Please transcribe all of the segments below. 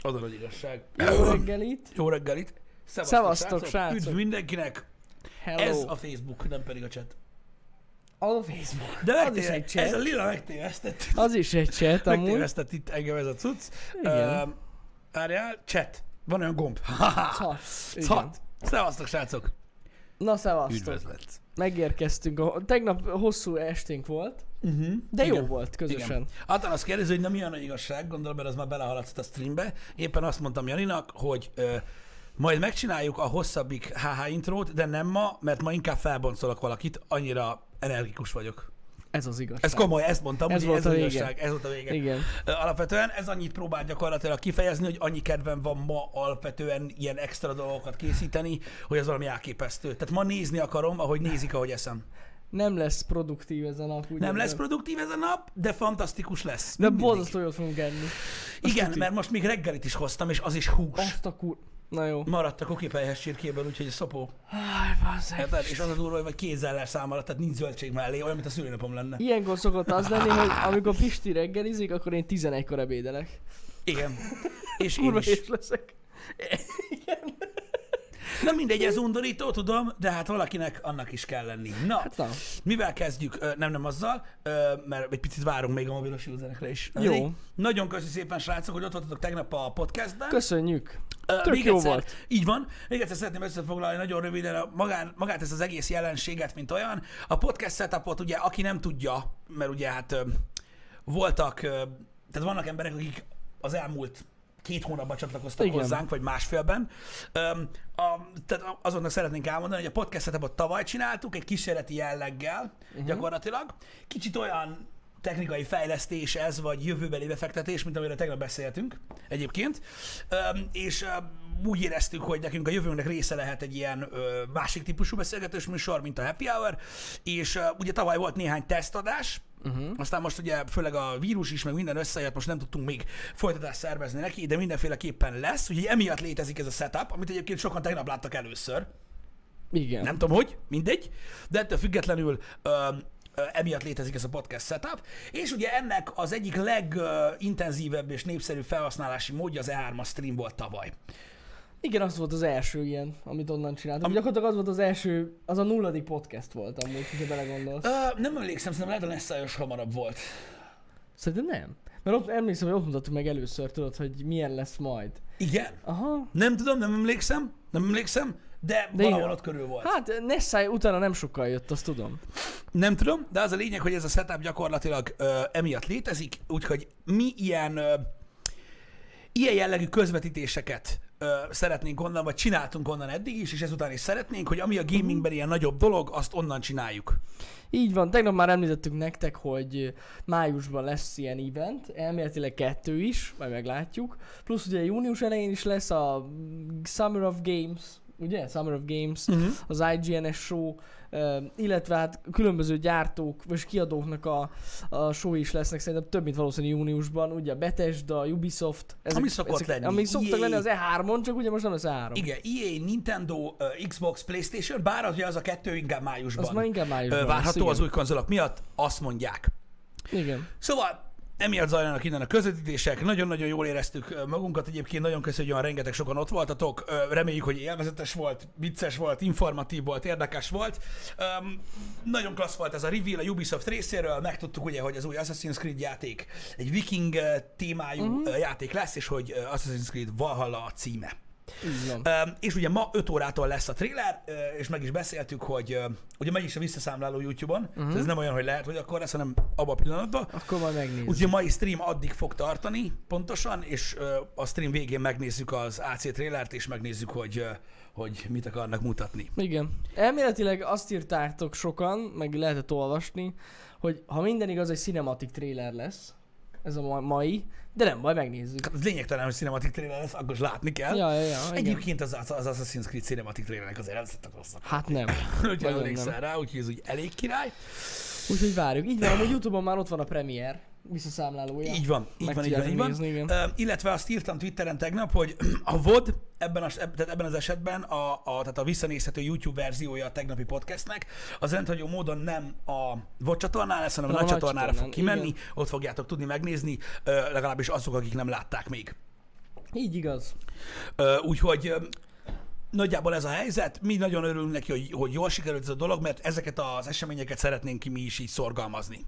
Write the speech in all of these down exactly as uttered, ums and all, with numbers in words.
Az a nagy igazság. Jó reggelit. Jó reggelit. Szevasztok, Szevasztok, srácok. Üdv mindenkinek. Hello. Ez a Facebook, nem pedig a chat. A Facebook. De az is egy chat. Ez a lila megtévesztett. Az is egy chat, amúgy. Megtévesztett itt engem ez a cucc. Igen. Uh, Várjál, chat. Van olyan gomb. Cat. Cat. Szevasztok, srácok. Na, szevasztok. Üdvözlet. Megérkeztünk. A... Tegnap hosszú esténk volt, Uh-huh. de jó Igen. volt közösen. Igen. Általán azt kérdezi, hogy nem milyen nagy igazság, gondolom, mert az már belehaladt a streambe. Éppen azt mondtam Janinak, hogy ö, majd megcsináljuk a hosszabbik há há intrót, de nem ma, mert ma inkább felboncolok valakit, annyira energikus vagyok. Ez az igazság. Ez komoly, ezt mondtam, Ez hogy volt ez a az vége. igazság, ez volt a vége. Igen. Ö, Alapvetően ez annyit próbál gyakorlatilag kifejezni, hogy annyi kedvem van ma alapvetően ilyen extra dolgokat készíteni, hogy az valami elképesztő. Tehát ma nézni akarom, ahogy nézik, ahogy eszem. Nem lesz produktív ez a nap. Ugye, Nem lesz produktív ez a nap, de fantasztikus lesz. De Mindig. borzasztó jót fogunk enni. Azt Igen, tuti. mert most még reggelit is hoztam, és az is hús. Azt a kur... Na jó. Maradt a kokipelyhes csirkéből, úgyhogy szopó. Háj, bazzeg. Érted? És az a durva, hogy vagy kézzel leszámolod, tehát nincs zöldség mellé, olyan, mint a szülőnapom lenne. Ilyenkor szokott az lenni, hogy amikor Pisti reggelizik, akkor én tizenegykor ebédelek. Igen. És én Kurva is. és leszek. Nem mindegy, ez undorító, tudom, de hát valakinek annak is kell lenni. Na, Hát na. mivel kezdjük? Ö, Nem, nem azzal, ö, mert egy picit várunk még a mobilos userekre is. Jó. Elég? Nagyon köszi szépen, srácok, hogy ott voltatok tegnap a podcastben. Köszönjük. Ö, Tök még jó egyszer, volt. Így van. Még egyszer szeretném összefoglalni nagyon röviden a magán, magát ezt az egész jelenséget, mint olyan. A podcast setupot ugye, aki nem tudja, mert ugye hát ö, voltak, ö, tehát vannak emberek, akik az elmúlt két hónapban csatlakoztak Igen. hozzánk, vagy másfélben. Öm, a, tehát azonnak szeretnénk elmondani, hogy a podcast setupot tavaly csináltuk, egy kísérleti jelleggel uh-huh. gyakorlatilag. Kicsit olyan technikai fejlesztés ez, vagy jövőbeli befektetés, mint amiről tegnap beszéltünk egyébként. Öm, és öm, úgy éreztük, hogy nekünk a jövőnknek része lehet egy ilyen ö, másik típusú beszélgetős műsor, mint a Happy Hour, és ö, ugye tavaly volt néhány tesztadás, uh-huh. aztán most ugye főleg a vírus is, meg minden összejött, most nem tudtunk még folytatást szervezni neki, de mindenféleképpen lesz, úgyhogy emiatt létezik ez a setup, amit egyébként sokan tegnap láttak először. Igen. Nem tudom, hogy, mindegy, de ettől függetlenül ö, ö, emiatt létezik ez a podcast setup, és ugye ennek az egyik legintenzívebb és népszerűbb felhasználási módja az E három stream volt tavaly. Igen, az volt az első ilyen, amit onnan csináltam. Am- Gyakorlatilag az volt az első, az a nulladik podcast volt amúgy, hogyha belegondolsz. Ö, nem emlékszem, szerintem lehet a Nessályos hamarabb volt. Szerintem nem. Mert ott emlékszem, hogy ott mutattuk meg először, tudod, hogy milyen lesz majd. Igen? Aha. Nem tudom, nem emlékszem, nem emlékszem, de, De valahol igen. ott körül volt. Hát Nessai utána nem sokkal jött, azt tudom. Nem tudom, de az a lényeg, hogy ez a setup gyakorlatilag ö, emiatt létezik, úgyhogy mi ilyen, ö, ilyen jellegű közvetítéseket ö, szeretnénk onnan, vagy csináltunk onnan eddig is, és ezután is szeretnénk, hogy ami a gamingben ilyen nagyobb dolog, azt onnan csináljuk. Így van, tegnap már említettük nektek, hogy májusban lesz ilyen event, elméletileg kettő is, majd meglátjuk. Plusz ugye június elején is lesz a Summer of Games, ugye? Summer of Games, Uh-huh. az I G N S show, illetve hát különböző gyártók vagy kiadóknak a, a show is lesznek szerintem több, mint valószínű júniusban, ugye a Bethesda, a Ubisoft, ezek, Ami szokott ezek, lenni. Ami szoktak E A. lenni az E hármon, csak ugye most nem az E három. Igen, E A, Nintendo, uh, Xbox, PlayStation, bár az, ugye az a kettő inkább májusban Az már inkább májusban ö, lesz, várható igen. az új konzolok miatt, azt mondják. Igen. Szóval emiatt zajlanak innen a közvetítések, nagyon-nagyon jól éreztük magunkat, egyébként nagyon köszönjük, hogy rengeteg sokan ott voltatok, reméljük, hogy élvezetes volt, vicces volt, informatív volt, érdekes volt. Um, nagyon klassz volt ez a reveal a Ubisoft részéről, megtudtuk ugye, hogy az új Assassin's Creed játék egy viking témájú uh-huh. játék lesz, és hogy Assassin's Creed Valhalla a címe. Így van. Um, és ugye ma öt órától lesz a trailer, uh, és meg is beszéltük, hogy uh, ugye megy is a visszaszámláló YouTube-on, uh-huh. tehát ez nem olyan, hogy lehet, hogy akkor lesz, hanem abban a pillanatban. Akkor majd megnézzük. Úgyhogy a mai stream addig fog tartani pontosan, és uh, a stream végén megnézzük az á cé trailert, és megnézzük, hogy, uh, hogy mit akarnak mutatni. Igen. Elméletileg azt írtátok sokan, meg lehetett olvasni, hogy ha minden igaz, egy cinematic trailer lesz, ez a ma- mai, de nem, majd megnézzük. Az lényegtelen, hogy cinematic trailer lesz, akkor is látni kell. Ja, ja, ja, igen. Egyébként az, az, az Assassin's Creed cinematic trailernek azért nem szedtek rosszak. Hát nem. Úgyhogy Nagyon emlékszel nem. rá, úgyhogy ez úgy elég király. Úgyhogy várjuk. Így van, amúgy YouTube-on már ott van a premier visszaszámlálója. Így van, így Meg van, így van, tudjátok így van. nézni, igen. Uh, illetve azt írtam Twitteren tegnap, hogy a vé o dé ebben, a, tehát ebben az esetben a, a, tehát a visszanézhető YouTube verziója a tegnapi podcastnek, az rendhagyó módon nem a vé o dé csatornán lesz, hanem a, a nagy csatornára fog kimenni, igen. Ott fogjátok tudni megnézni, uh, legalábbis azok, akik nem látták még. Így igaz. Ö, úgyhogy ö, nagyjából ez a helyzet. Mi nagyon örülünk neki, hogy, hogy jól sikerült ez a dolog, mert ezeket az eseményeket szeretnénk mi is így szorgalmazni.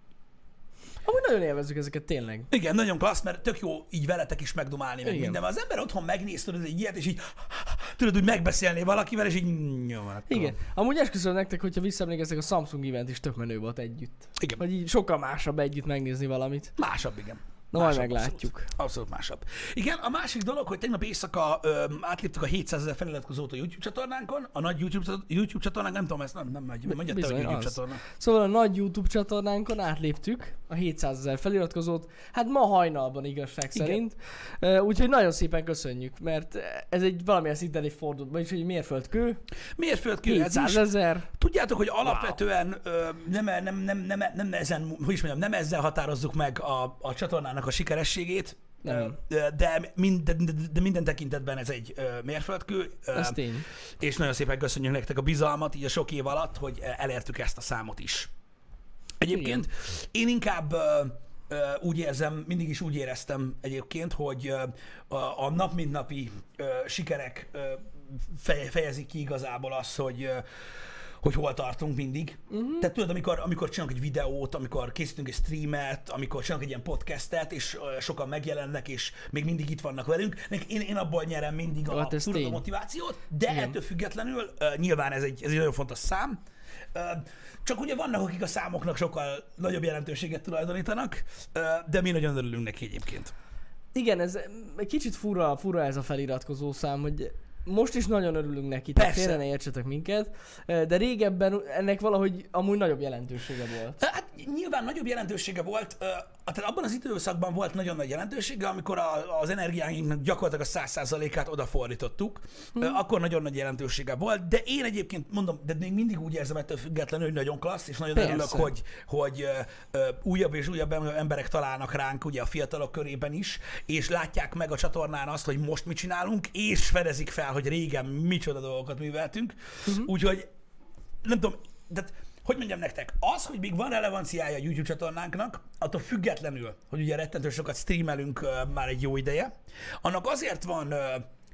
Amúgy nagyon élvezzük ezeket tényleg. Igen, nagyon klassz, mert tök jó így veletek is megdumálni, meg Igen. minden. Az ember otthon megnéz, tudod, egy ilyet, és így tudod, úgy megbeszélni valakivel, és így jó, van, akkor. Igen. Amúgy esküszöm nektek, hogyha visszaemlékeztek, a Samsung event is tök menő volt együtt. Igen. Vagy így sokkal másabb együtt megnézni valamit. Másabb, igen. Na majd Másabb, meglátjuk. Abszolút, abszolút másabb. Igen, a másik dolog, hogy tegnap éjszaka ö, átléptük a hétszázezer feliratkozót a YouTube csatornánkon. A nagy YouTube, YouTube csatornánk, nem tudom, ezt nem, nem megy. Mondjad te, hogy Bizony, YouTube az. csatorna. Szóval a nagy YouTube csatornánkon átléptük a hétszázezer feliratkozót, hát ma hajnalban igazság Igen. szerint. Uh, Úgyhogy nagyon szépen köszönjük, mert ez egy valamilyen szinten egy fordult, vagyis egy mérföldkő. Mérföldkő ez is. hétszázezer. Tudjátok, hogy alapvetően ö, nem, nem, nem, nem, nem, ezen, hogy is mondjam, nem ezzel határozzuk meg a, a csatornának a sikerességét, Nem. Ö, de, minden, de, de minden tekintetben ez egy ö, mérföldkő. Ö, Ez tény. És nagyon szépen köszönjük nektek a bizalmat így a sok év alatt, hogy elértük ezt a számot is. Egyébként Igen. én inkább ö, ö, úgy érzem, mindig is úgy éreztem egyébként, hogy ö, a, a nap mint napi ö, sikerek ö, feje, fejezik ki igazából azt, hogy ö, hogy hol tartunk mindig. Uh-huh. Tehát tudod, amikor, amikor csinálunk egy videót, amikor készítünk egy streamet, amikor csinálunk egy ilyen podcastet, és uh, sokan megjelennek, és még mindig itt vannak velünk, én, én abból nyerem mindig a, Hát ez tudod, a tény. motivációt, de Igen. ettől függetlenül uh, nyilván ez egy, ez egy nagyon fontos szám. Uh, csak ugye vannak, akik a számoknak sokkal nagyobb jelentőséget tulajdonítanak, uh, de mi nagyon örülünk neki egyébként. Igen, ez egy kicsit fura, fura ez a feliratkozó szám, hogy most is nagyon örülünk neki, tehát Persze. félre ne értsetek minket, de régebben ennek valahogy amúgy nagyobb jelentősége volt. Hát nyilván nagyobb jelentősége volt, ö, tehát abban az időszakban volt nagyon nagy jelentősége, amikor a, az energiáinknak gyakorlatilag a száz százalékát odafordítottuk, hmm. Ö, akkor nagyon nagy jelentősége volt, de én egyébként mondom, de még mindig úgy érzem ettől függetlenül, hogy nagyon klassz, és nagyon Persze. örülök, hogy, hogy ö, ö, újabb és újabb emberek találnak ránk, ugye a fiatalok körében is, és látják meg a csatornán azt, hogy most mit csinálunk, és fedezik fel, hogy régen micsoda dolgokat műveltünk, uh-huh. úgyhogy nem tudom, de hogy mondjam nektek, az, hogy még van relevanciája a YouTube csatornánknak, attól függetlenül, hogy ugye rettentő sokat streamelünk uh, már egy jó ideje, annak azért van uh,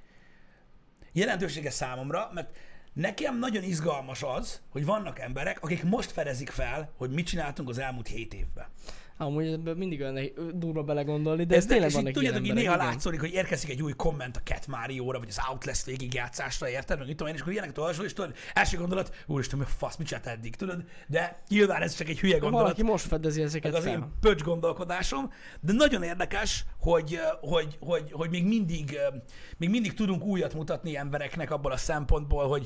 jelentősége számomra, mert nekem nagyon izgalmas az, hogy vannak emberek, akik most fedezik fel, hogy mit csináltunk az elmúlt hét évben. Amúgy ebben mindig olyan nehéz- durva belegondolni, de ez, Ez tényleg és vannak így ilyen tudjátok, így emberek. néha igen. látszik, hogy érkezik egy új komment a Cat Mario-ra, vagy az Outlast végigjátszásra, érted? Meg itt tudom én, és akkor ilyeneket olvasol, és tudod, első gondolat, úristen, mi a fasz, mit csinált eddig, tudod? De nyilván ez csak egy hülye gondolat, Valaki most fedezi ezeket meg az fel. én pöcs gondolkodásom, de nagyon érdekes, hogy, hogy, hogy, hogy még, mindig, még mindig tudunk újat mutatni embereknek abból a szempontból, hogy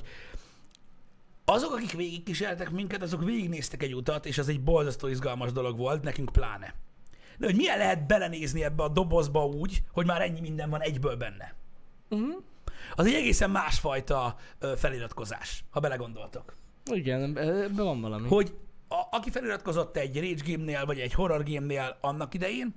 azok, akik végigkísértek minket, azok végignéztek egy utat, és az egy borzasztó izgalmas dolog volt, nekünk pláne. De hogy milyen lehet belenézni ebbe a dobozba úgy, hogy már ennyi minden van egyből benne. Uh-huh. Az egy egészen másfajta ö, feliratkozás, ha belegondoltok. Igen, ebben van valami. Hogy a, aki feliratkozott egy Rage Game-nél, vagy egy Horror Game-nél annak idején,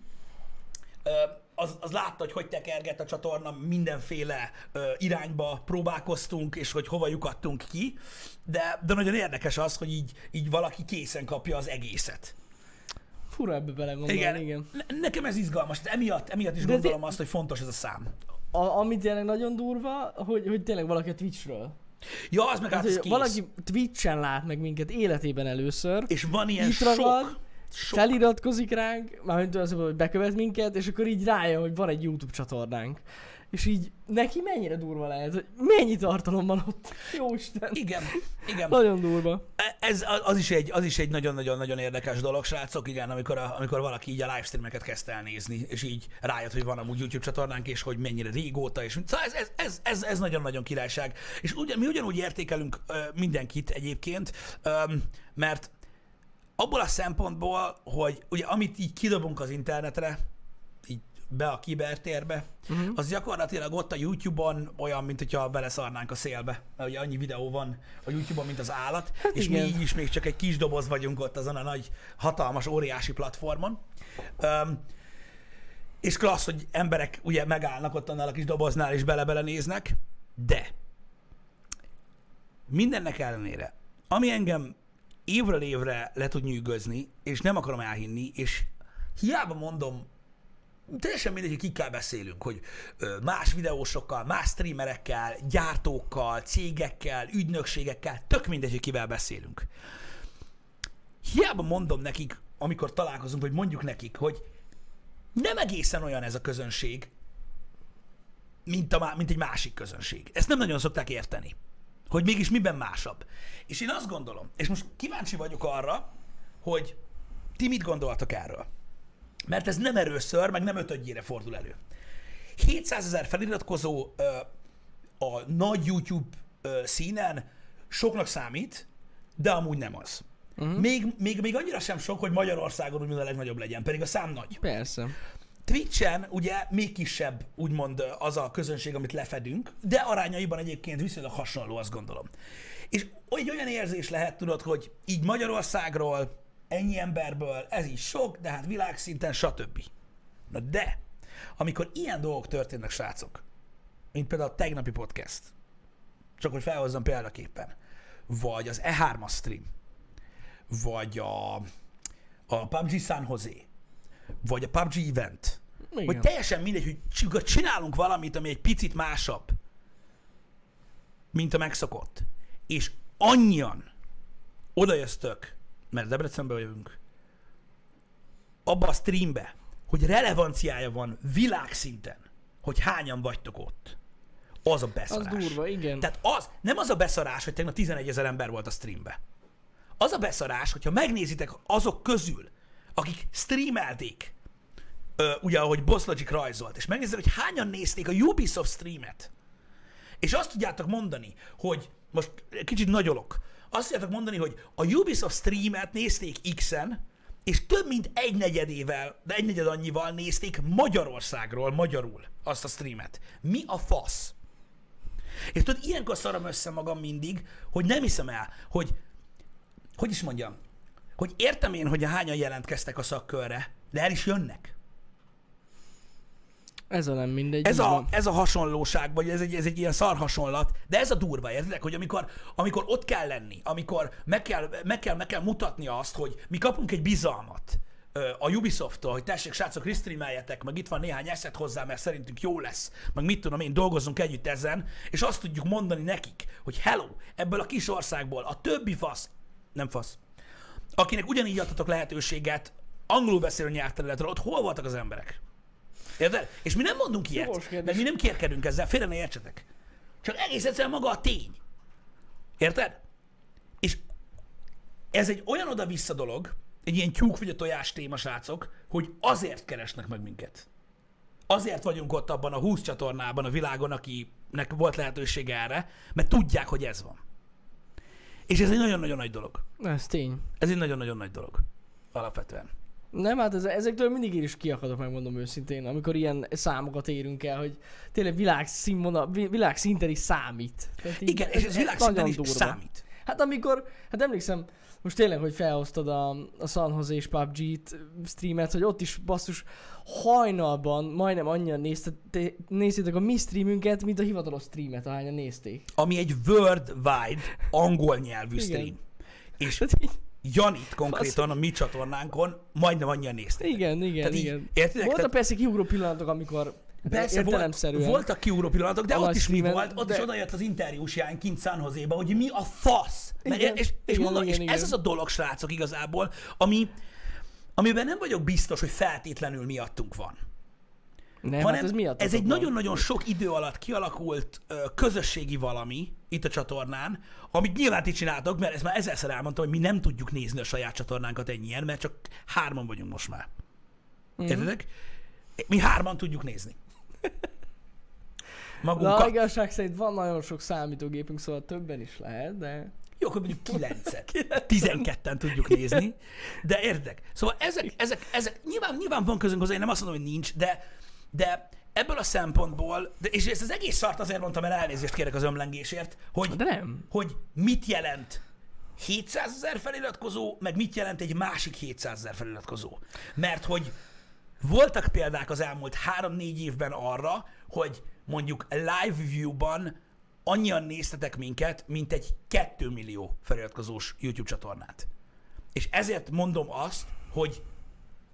ö, az, az látta, hogy hogy tekerget a csatorna, mindenféle ö, irányba próbálkoztunk, és hogy hova lyukadtunk ki, de, de nagyon érdekes az, hogy így, így valaki készen kapja az egészet. Fura ebbe belegondolni, igen. igen. Ne- nekem ez izgalmas, tehát emiatt, emiatt is De gondolom ti- azt, hogy fontos ez a szám. A, ami tényleg nagyon durva, hogy, hogy tényleg valaki a Twitchről. Ja, az meg hát Hát, ez hogy kész. valaki Twitchen lát meg minket életében először, És van ilyen itt ragad, sok, sok. feliratkozik ránk, mármint az, hogy bekövet minket, és akkor így rájön, hogy van egy YouTube csatornánk. És így neki mennyire durva lehet, hogy mennyi tartalom van ott. Jóisten. Igen, igen. Nagyon durva. Ez az is egy, az is egy nagyon-nagyon-nagyon érdekes dolog, srácok, igen, amikor, a, amikor valaki így a livestreameket kezdte el nézni, és így rájött, hogy van amúgy YouTube csatornánk, és hogy mennyire régóta, és szóval ez, ez, ez, ez, ez nagyon-nagyon királyság. És ugyan, mi ugyanúgy értékelünk ö, mindenkit egyébként, ö, mert abból a szempontból, hogy ugye amit így kidobunk az internetre, így be a kibertérbe, uh-huh. az gyakorlatilag ott a YouTube-on olyan, mint hogyha beleszarnánk a szélbe. Mert ugye annyi videó van a YouTube-on, mint az állat, hát és igen. mi így is még csak egy kis doboz vagyunk ott azon a nagy, hatalmas, óriási platformon. Um, és klassz, hogy emberek ugye megállnak ott annál a kis doboznál, és bele-bele néznek, de mindennek ellenére, ami engem évről évre le tud nyűgözni, és nem akarom elhinni, és hiába mondom teljesen mindegy, hogy kikkel beszélünk, hogy más videósokkal, más streamerekkel, gyártókkal, cégekkel, ügynökségekkel, tök mindegy, hogy kivel beszélünk. Hiába mondom nekik, amikor találkozunk, vagy mondjuk nekik, hogy nem egészen olyan ez a közönség, mint, a, mint egy másik közönség. Ezt nem nagyon szokták érteni, hogy mégis miben másabb. És én azt gondolom, és most kíváncsi vagyok arra, hogy ti mit gondoltok erről. Mert ez nem először, meg nem ötödjére fordul elő. hétszázezer feliratkozó ö, a nagy YouTube ö, színen soknak számít, de amúgy nem az. Uh-huh. Még, még, még annyira sem sok, hogy Magyarországon úgymond a legnagyobb legyen, pedig a szám nagy. Persze. Twitchen ugye még kisebb, úgymond az a közönség, amit lefedünk, de arányaiban egyébként viszonylag hasonló, azt gondolom. És egy olyan érzés lehet, tudod, hogy így Magyarországról, ennyi emberből, ez is sok, de hát világszinten, stb. Na de, amikor ilyen dolgok történnek, srácok, mint például a tegnapi podcast, csak hogy felhozzam példaképpen, vagy az E hármas stream, vagy a, a pé u bé gé San Jose, vagy a pé u bé gé event, igen. Vagy teljesen mindegy, hogy csinálunk valamit, ami egy picit másabb, mint a megszokott, és annyian odajöttök, mert Debrecenből jövünk, abba a streambe, hogy relevanciája van világszinten, hogy hányan vagytok ott. Az a beszarás. Az durva, igen. Tehát az, nem az a beszarás, hogy tegnap tizenegyezer ember volt a streambe. Az a beszarás, hogyha megnézitek azok közül, akik streamelték, ö, ugye ahogy Boss Logic rajzolt, és megnézitek, hogy hányan nézték a Ubisoft streamet, és azt tudjátok mondani, hogy most kicsit nagyolok, azt tudjátok mondani, hogy a Ubisoft streamet nézték X-en, és több mint egy negyedével, de egy negyed annyival nézték Magyarországról, magyarul azt a streamet. Mi a fasz? És tudod, ilyenkor szarom össze magam mindig, hogy nem hiszem el, hogy, hogy is mondjam, hogy értem én, hogy hányan jelentkeztek a szakkörre, de el is jönnek. Ez a nem mindegy. Ez a, ez a hasonlóság, vagy ez egy, ez egy ilyen szar hasonlat, de ez a durva, értitek, hogy amikor, amikor ott kell lenni, amikor meg kell, meg, kell, meg kell mutatni azt, hogy mi kapunk egy bizalmat a Ubisofttól, hogy tessék, srácok, restreameljetek, meg itt van néhány eszet hozzá, mert szerintünk jó lesz, meg mit tudom én, dolgozzunk együtt ezen, és azt tudjuk mondani nekik, hogy hello, ebből a kis országból a többi fasz, nem fasz, akinek ugyanígy adtatok lehetőséget angolul beszélő nyelvterületről, ott hol voltak az emberek? Érted? És mi nem mondunk ilyet, mert mi nem kérkedünk ezzel, félre ne értsetek. Csak egész egyszerűen maga a tény. Érted? És ez egy olyan oda-vissza dolog, egy ilyen tyúk vagy a tojás téma, srácok, hogy azért keresnek meg minket. Azért vagyunk ott abban a húsz csatornában a világon, akinek volt lehetősége erre, mert tudják, hogy ez van. És ez egy nagyon-nagyon nagy dolog. Ez tény. Ez egy nagyon-nagyon nagy dolog. Alapvetően. Nem, hát ez, ezektől mindig én is kiakadok, megmondom őszintén, amikor ilyen számokat érünk el, hogy tényleg világszínvonal, világszinten is számít. Így, igen, és ez világszinten is durva. Számít. Hát amikor, hát emlékszem, most tényleg, hogy felhoztad a, a San Jose és pé u bé gé streamet, hogy ott is basszus hajnalban majdnem annyian nézte, néztétek a mi streamünket, mint a hivatalos streamet, ahányan nézték. Ami egy worldwide angol nyelvű igen. stream. És Janit konkrétan a mi csatornánkon majdnem annyian nézték. Igen, igen, tehát igen. Így, értitek? Voltak tehát... persze kiugró pillanatok, amikor persze volt, voltak kiugró pillanatok, de ott is mi volt, ott de... is oda jött az interjúsjány kint San Jose-ba, hogy mi a fasz. Igen, Mert, és, és, igen, mondom, igen, és igen. ez az a dolog, srácok, igazából, ami, amiben nem vagyok biztos, hogy feltétlenül miattunk van. Nem, hanem hát ez miatt ez egy nagyon-nagyon sok idő alatt kialakult ö, közösségi valami itt a csatornán, amit nyilván ti csináltok, mert ezt már ezerszer elmondtam, hogy mi nem tudjuk nézni a saját csatornánkat ennyien, mert csak hárman vagyunk most már. Mm-hmm. Értedek? Mi hárman tudjuk nézni. Magunkat. Na, igazság szerint van nagyon sok számítógépünk, szóval többen is lehet, de... Jó, akkor mondjuk kilencet, tizenketten tudjuk nézni, de értek. Szóval ezek, ezek, ezek nyilván, nyilván van közünk hozzá, én nem azt mondom, hogy nincs, de, de ebből a szempontból, de, és ezt az egész szart azért mondtam, mert elnézést kérek az ömlengésért, hogy, de nem. hogy mit jelent hétszázezer feliratkozó, meg mit jelent egy másik hétszázezer feliratkozó. Mert hogy voltak példák az elmúlt három-négy évben arra, hogy mondjuk live view-ban annyian néztetek minket, mint egy két millió feliratkozós YouTube csatornát. És ezért mondom azt, hogy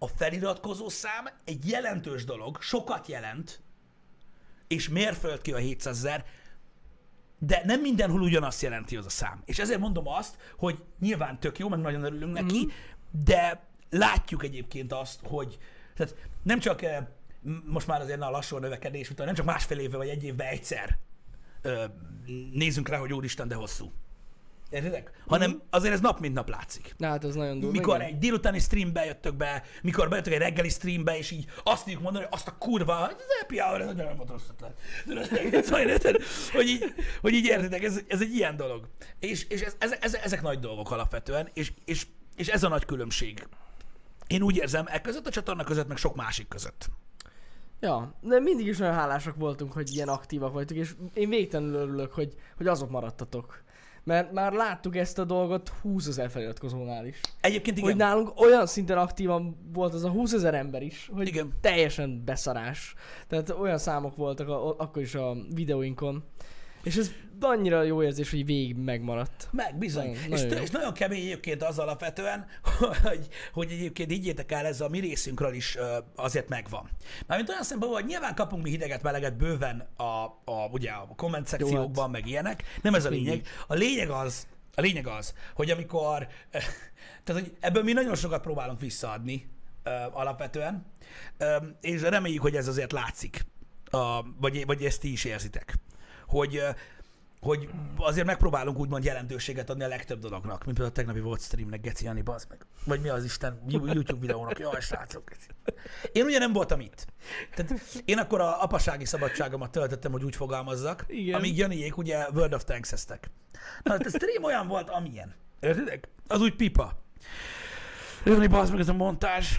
a feliratkozó szám egy jelentős dolog, sokat jelent, és mérföld ki a hétszázezer, de nem mindenhol ugyanazt jelenti az a szám. És ezért mondom azt, hogy nyilván tök jó, meg nagyon örülünk neki, mm. de látjuk egyébként azt, hogy tehát nem csak eh, most már azért a lassú a növekedés után, nem csak másfél évvel vagy egy évben egyszer ö, nézzünk rá, hogy úristen, de hosszú. Értitek? Hanem mm. azért ez nap mint nap látszik. Na hát ez nagyon durva. Mikor igen. egy délutáni streambe jöttök be, mikor bejöttök egy reggeli streambe, és így azt tudjuk mondani, hogy azt a kurva, hogy az happy hour, ez nagyon nem volt rossz ötlet. Hogy így, hogy így értitek, ez, ez egy ilyen dolog. És, és ez, ez, ez, ezek nagy dolgok alapvetően, és, és, és ez a nagy különbség. Én úgy érzem, e között a csatorna között, meg sok másik között. Ja, de mindig is olyan hálásak voltunk, hogy ilyen aktívak vagytok, és én végtelenül örülök, hogy, hogy azok maradtatok. Mert már láttuk ezt a dolgot húszezer feliratkozónál is. Egyébként igen. Hogy nálunk olyan szinten aktívan volt az a húszezer ember is, hogy igen. teljesen beszarás. Tehát olyan számok voltak a, akkor is a videóinkon. És ez annyira jó érzés, hogy végig megmaradt. Meg, bizony. Nagyon, és, nagyon és nagyon kemény egyébként az alapvetően, hogy, hogy egyébként higgyétek el, ez a mi részünkről is uh, azért megvan. Mármint olyan szempontból, hogy nyilván kapunk mi hideget, meleget bőven a, a, ugye a komment szekciókban, hát. meg ilyenek. Nem ez a lényeg. A lényeg az, a lényeg az, hogy amikor, tehát hogy ebből mi nagyon sokat próbálunk visszaadni uh, alapvetően, um, és reméljük, hogy ez azért látszik, uh, vagy, vagy ezt ti is érzitek. Hogy, hogy azért megpróbálunk úgymond jelentőséget adni a legtöbb dolognak, mint például a tegnapi volt streamnek, Geci Jani, bazd meg. Vagy mi az Isten YouTube videónak, jaj, srácok. Én ugye nem voltam itt. Tehát én akkor a apasági szabadságomat töltöttem, hogy úgy fogalmazzak, igen. amíg Janiék ugye World of Tanks-eztek. Na, hát a stream olyan volt, amilyen. Értitek? Az úgy pipa. Jani, bazd meg, ez a montázs.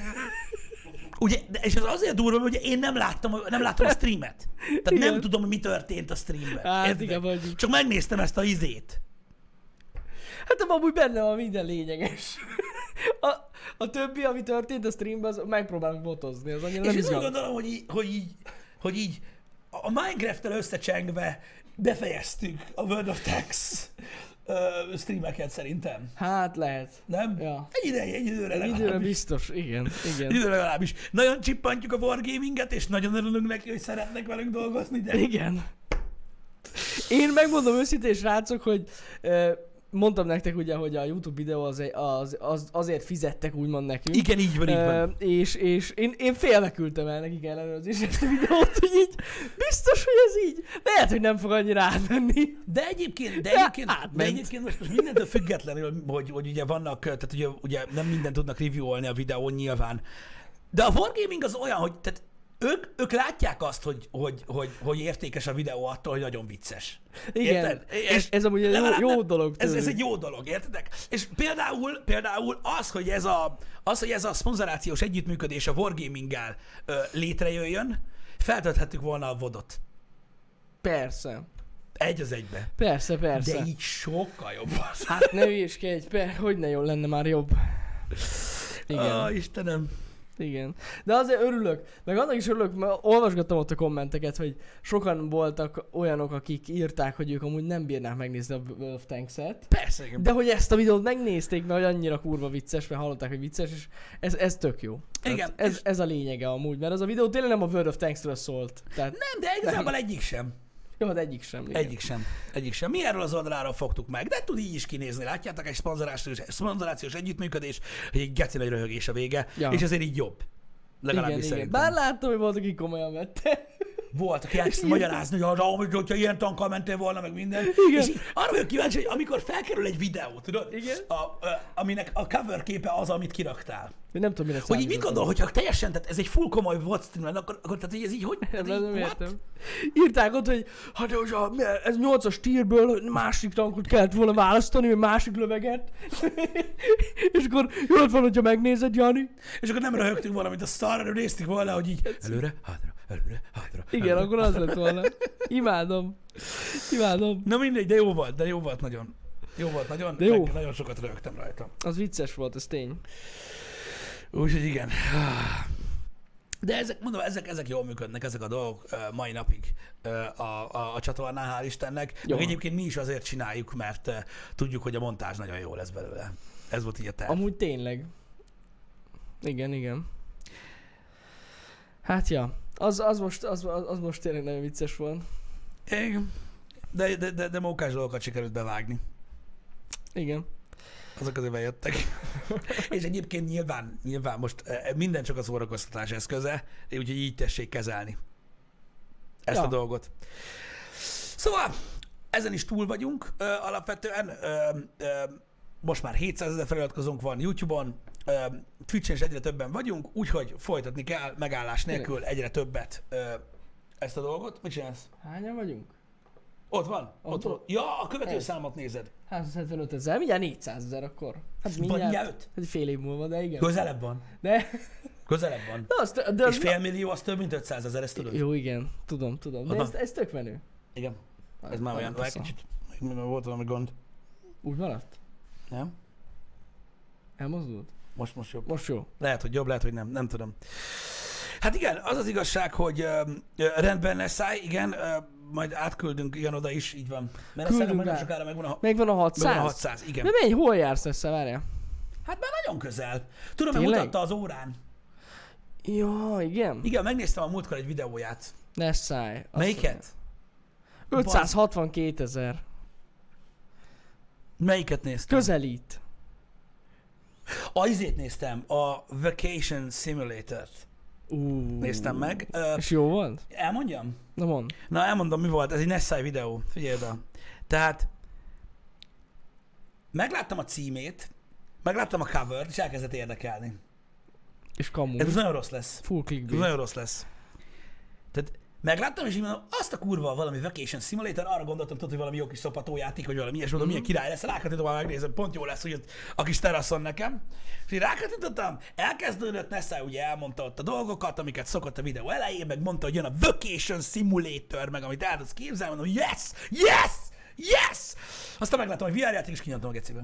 Ugye, és ez azért durva, hogy én nem láttam, nem láttam a streamet. Tehát igen. nem tudom, hogy mi történt a streamben. Hát igen, vagy... Csak megnéztem ezt a izét. Hát amúgy benne van minden lényeges. A, a többi, ami történt a streamben, az megpróbálunk botozni. Az annyira és nem én úgy gondolom, hogy így, hogy így, hogy így a Minecraft-tel összecsengve befejeztük a World of Tanks uh, streameket szerintem. Hát lehet. Nem? Ja. Egy ideje, egy időre Egy időre biztos, igen. igen. Egy időre legalábbis. Nagyon csippantjuk a Wargaminget, és nagyon örülünk neki, hogy szeretnek velünk dolgozni, de... Igen. Én megmondom őszintén, srácok, hogy uh, mondtam nektek ugye, hogy a YouTube videó az, az, az, azért fizettek úgymond nekünk. Igen, így van, így van. Uh, és és én, én félve küldtem el nekik ellenőrzést ezt a videót, hogy így biztos, hogy ez így. Lehet, hogy nem fog annyira átmenni. De egyébként, de egyébként, de egyébként most, most mindentől függetlenül, hogy, hogy ugye vannak, tehát ugye, ugye nem mindent tudnak reviewolni a videón nyilván. De a Wargaming az olyan, hogy tehát ők, ők látják azt, hogy, hogy, hogy, hogy értékes a videó attól, hogy nagyon vicces. Igen, érted? ez, És ez amúgy egy jó, jó dolog. Ez, ez egy jó dolog, értedek? És például, például az, hogy ez a, az, hogy ez a szponzorációs együttműködés a Wargaming-gel ö, létrejöjjön, feltölthettük volna a vodot. Persze. Egy az egybe. Persze, persze. De így sokkal jobb az. Hát ne hülyéskedj, per, hogy ne jó lenne már jobb. Igen. Ó, Istenem. Igen. De azért örülök, meg annak is örülök, mert olvasgattam ott a kommenteket, hogy sokan voltak olyanok, akik írták, hogy ők amúgy nem bírnák megnézni a World of Tanks-et. Persze, igen. De hogy ezt a videót megnézték, mert annyira kurva vicces, mert hallották, hogy vicces, és ez, ez tök jó. Igen. Ez, ez a lényege amúgy, mert az a videó tényleg nem a World of Tanks-ről szólt. Tehát nem, de igazából egyik sem. Jó, hát egyik sem. Igen. Egyik sem. Egyik sem. Mi erről az oldaláról fogtuk meg, de tud így is kinézni. Látjátok, egy szponzorációs, szponzorációs együttműködés, hogy egy geci nagy röhögés a vége, ja. és ezért így jobb. Legalábbis igen, szerintem. Igen. Bár láttam, hogy volt, aki komolyan vette. Volt, aki elkezdte magyarázni, hogy az, hogyha ilyen tankkal mentél volna, meg minden. Igen. És így, arra vagyok kíváncsi, hogy amikor felkerül egy videó, tudod? Igen. A, a, aminek a cover képe az, amit kiraktál. Én nem tudom, mire hogy így mit gondol, hogyha teljesen, tehát ez egy full komoly volt stream lenne, akkor, akkor tehát ez így hogy? Nem, így, nem értem. Írták ott, hogy hát ez nyolcas tierből másik tankot kellett volna választani, vagy másik löveget. És akkor jól van, hogyha megnézed, Jani. És akkor nem röhögtünk volna, mint a Star-ra, néztük volna, hogy így előre, hátra, előre, hátra. Igen, előre, akkor az lett volna. Imádom. Imádom. Na mindegy, de jó volt, de jó volt nagyon. Jó volt nagyon, de jó. Nagyon sokat röhögtem rajta. Az vicces volt, ez tény. Úgyhogy igen. De ezek, mondom, ezek, ezek jól működnek, ezek a dolgok uh, mai napig uh, a, a, a csatornán, hál' Istennek. Meg egyébként mi is azért csináljuk, mert uh, tudjuk, hogy a montázs nagyon jó lesz belőle. Ez volt így a terv. Amúgy tényleg. Igen, igen. Hát ja, az, az, most, az, az most tényleg nagyon vicces volt. Igen. De, de, de, de mókás dolgokat sikerült bevágni. Igen. Azok azért bejöttek. És egyébként nyilván, nyilván most minden csak a szórakoztatás eszköze, úgyhogy így tessék kezelni ezt ja. a dolgot. Szóval ezen is túl vagyunk ö, alapvetően. Ö, ö, most már hétszázezer feliratkozónk van YouTube-on, ö, Twitch-en is egyre többen vagyunk, úgyhogy folytatni kell megállás nélkül egyre többet ö, ezt a dolgot. Mit csinálsz? Hányan vagyunk? Ott van? Ott, Ott ott. Ja, a követő egy. számot nézed. háromszázhetvenöt ezer, mindjárt négyszázezer akkor. Hát Vagy mindjárt öt? Hát fél év múlva, de igen. Közelebb van. De... Közelebb van. De az, de az És félmillió az több, mint ötszázezer, ezt tudod? Jó, igen, tudom, tudom. De ez, ez tök menő. Igen. Ez már olyan, egy kicsit, volt valami gond. Úgy maradt? Nem? Elmozdult? Most, most jobb. Most jó. Lehet, hogy jobb, lehet, hogy nem, nem tudom. Hát igen, az az igazság, hogy uh, rendben lesz áll, igen, uh, majd átküldünk igen oda is, így van. Mert Küldünk szerintem rá. nem sokára megvan a, Megvan a hatszáz? megvan a hatszáz, igen. De menj, hol jársz össze, várjál? Hát már nagyon közel. Tudom, hogy Tényleg? mutatta az órán. Ja, igen. Igen, megnéztem a múltkor egy videóját. Ne szállj. Melyiket? ötszázhatvankétezer. Melyiket néztem? Közelít. A izét néztem, a Vacation Simulator-t Uh, néztem meg. Uh, És jó volt? elmondjam? Na mond. Na, elmondom, mi volt. Ez egy Nessai videó. Figyelj oda. Tehát megláttam a címét, megláttam a covert, és elkezdett érdekelni. És kamu. Ez nagyon rossz lesz. Full Ez clickbait. nagyon rossz lesz. Tehát megláttam, és így mondom, azt a kurva valami Vacation Simulator, arra gondoltam, tudod, hogy valami jó kis szopatójáték, vagy valami ilyesmi, mondom, milyen király lesz, rákatítottam, már megnézem, pont jó lesz, hogy ott a kis teraszon nekem. És így rákatítottam, elkezdődött, Nessai ugye elmondta ott a dolgokat, amiket szokott a videó elején, meg mondta, hogy jön a Vacation Simulator, meg amit el tudsz képzelni, mondom, yes, yes, yes! Aztán megláttam, hogy vé er játék is kinyomtam a gecibe.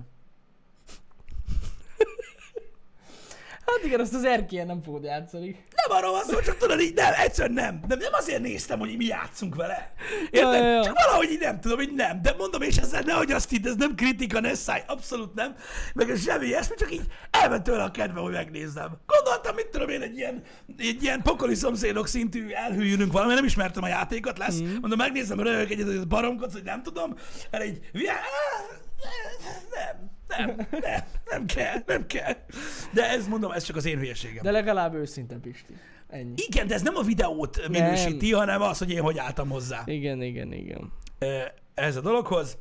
Hát igen, azt az erkélyen nem fogod játszani. Nem arról van szó, csak tudod így, nem, egyszerűen nem. Nem, nem azért néztem, hogy mi játszunk vele. Érted? Ja, ja, ja. Csak valahogy így nem tudom, hogy nem. De mondom, és ezzel nehogy azt hidd, ez nem kritika, Nessai, abszolút nem. Meg ez semmi ilyesmi, csak így elment tőle a kedve, hogy megnézzem. Gondoltam, mit tudom én, egy ilyen, egy ilyen pokoli szomszédok szintű elhűlünk valami, nem ismertem a játékot, lesz. Mm. Mondom, megnézem, röhög egyet, baromkodsz, hogy nem tudom. El így, nem. Nem, nem, nem kell, nem kell. De ez mondom, ez csak az én hülyeségem. De legalább őszinte, Pisti. Ennyi. Igen, de ez nem a videót minősíti, nem. hanem az, hogy én hogy álltam hozzá. Igen, igen, igen. Ez a dologhoz.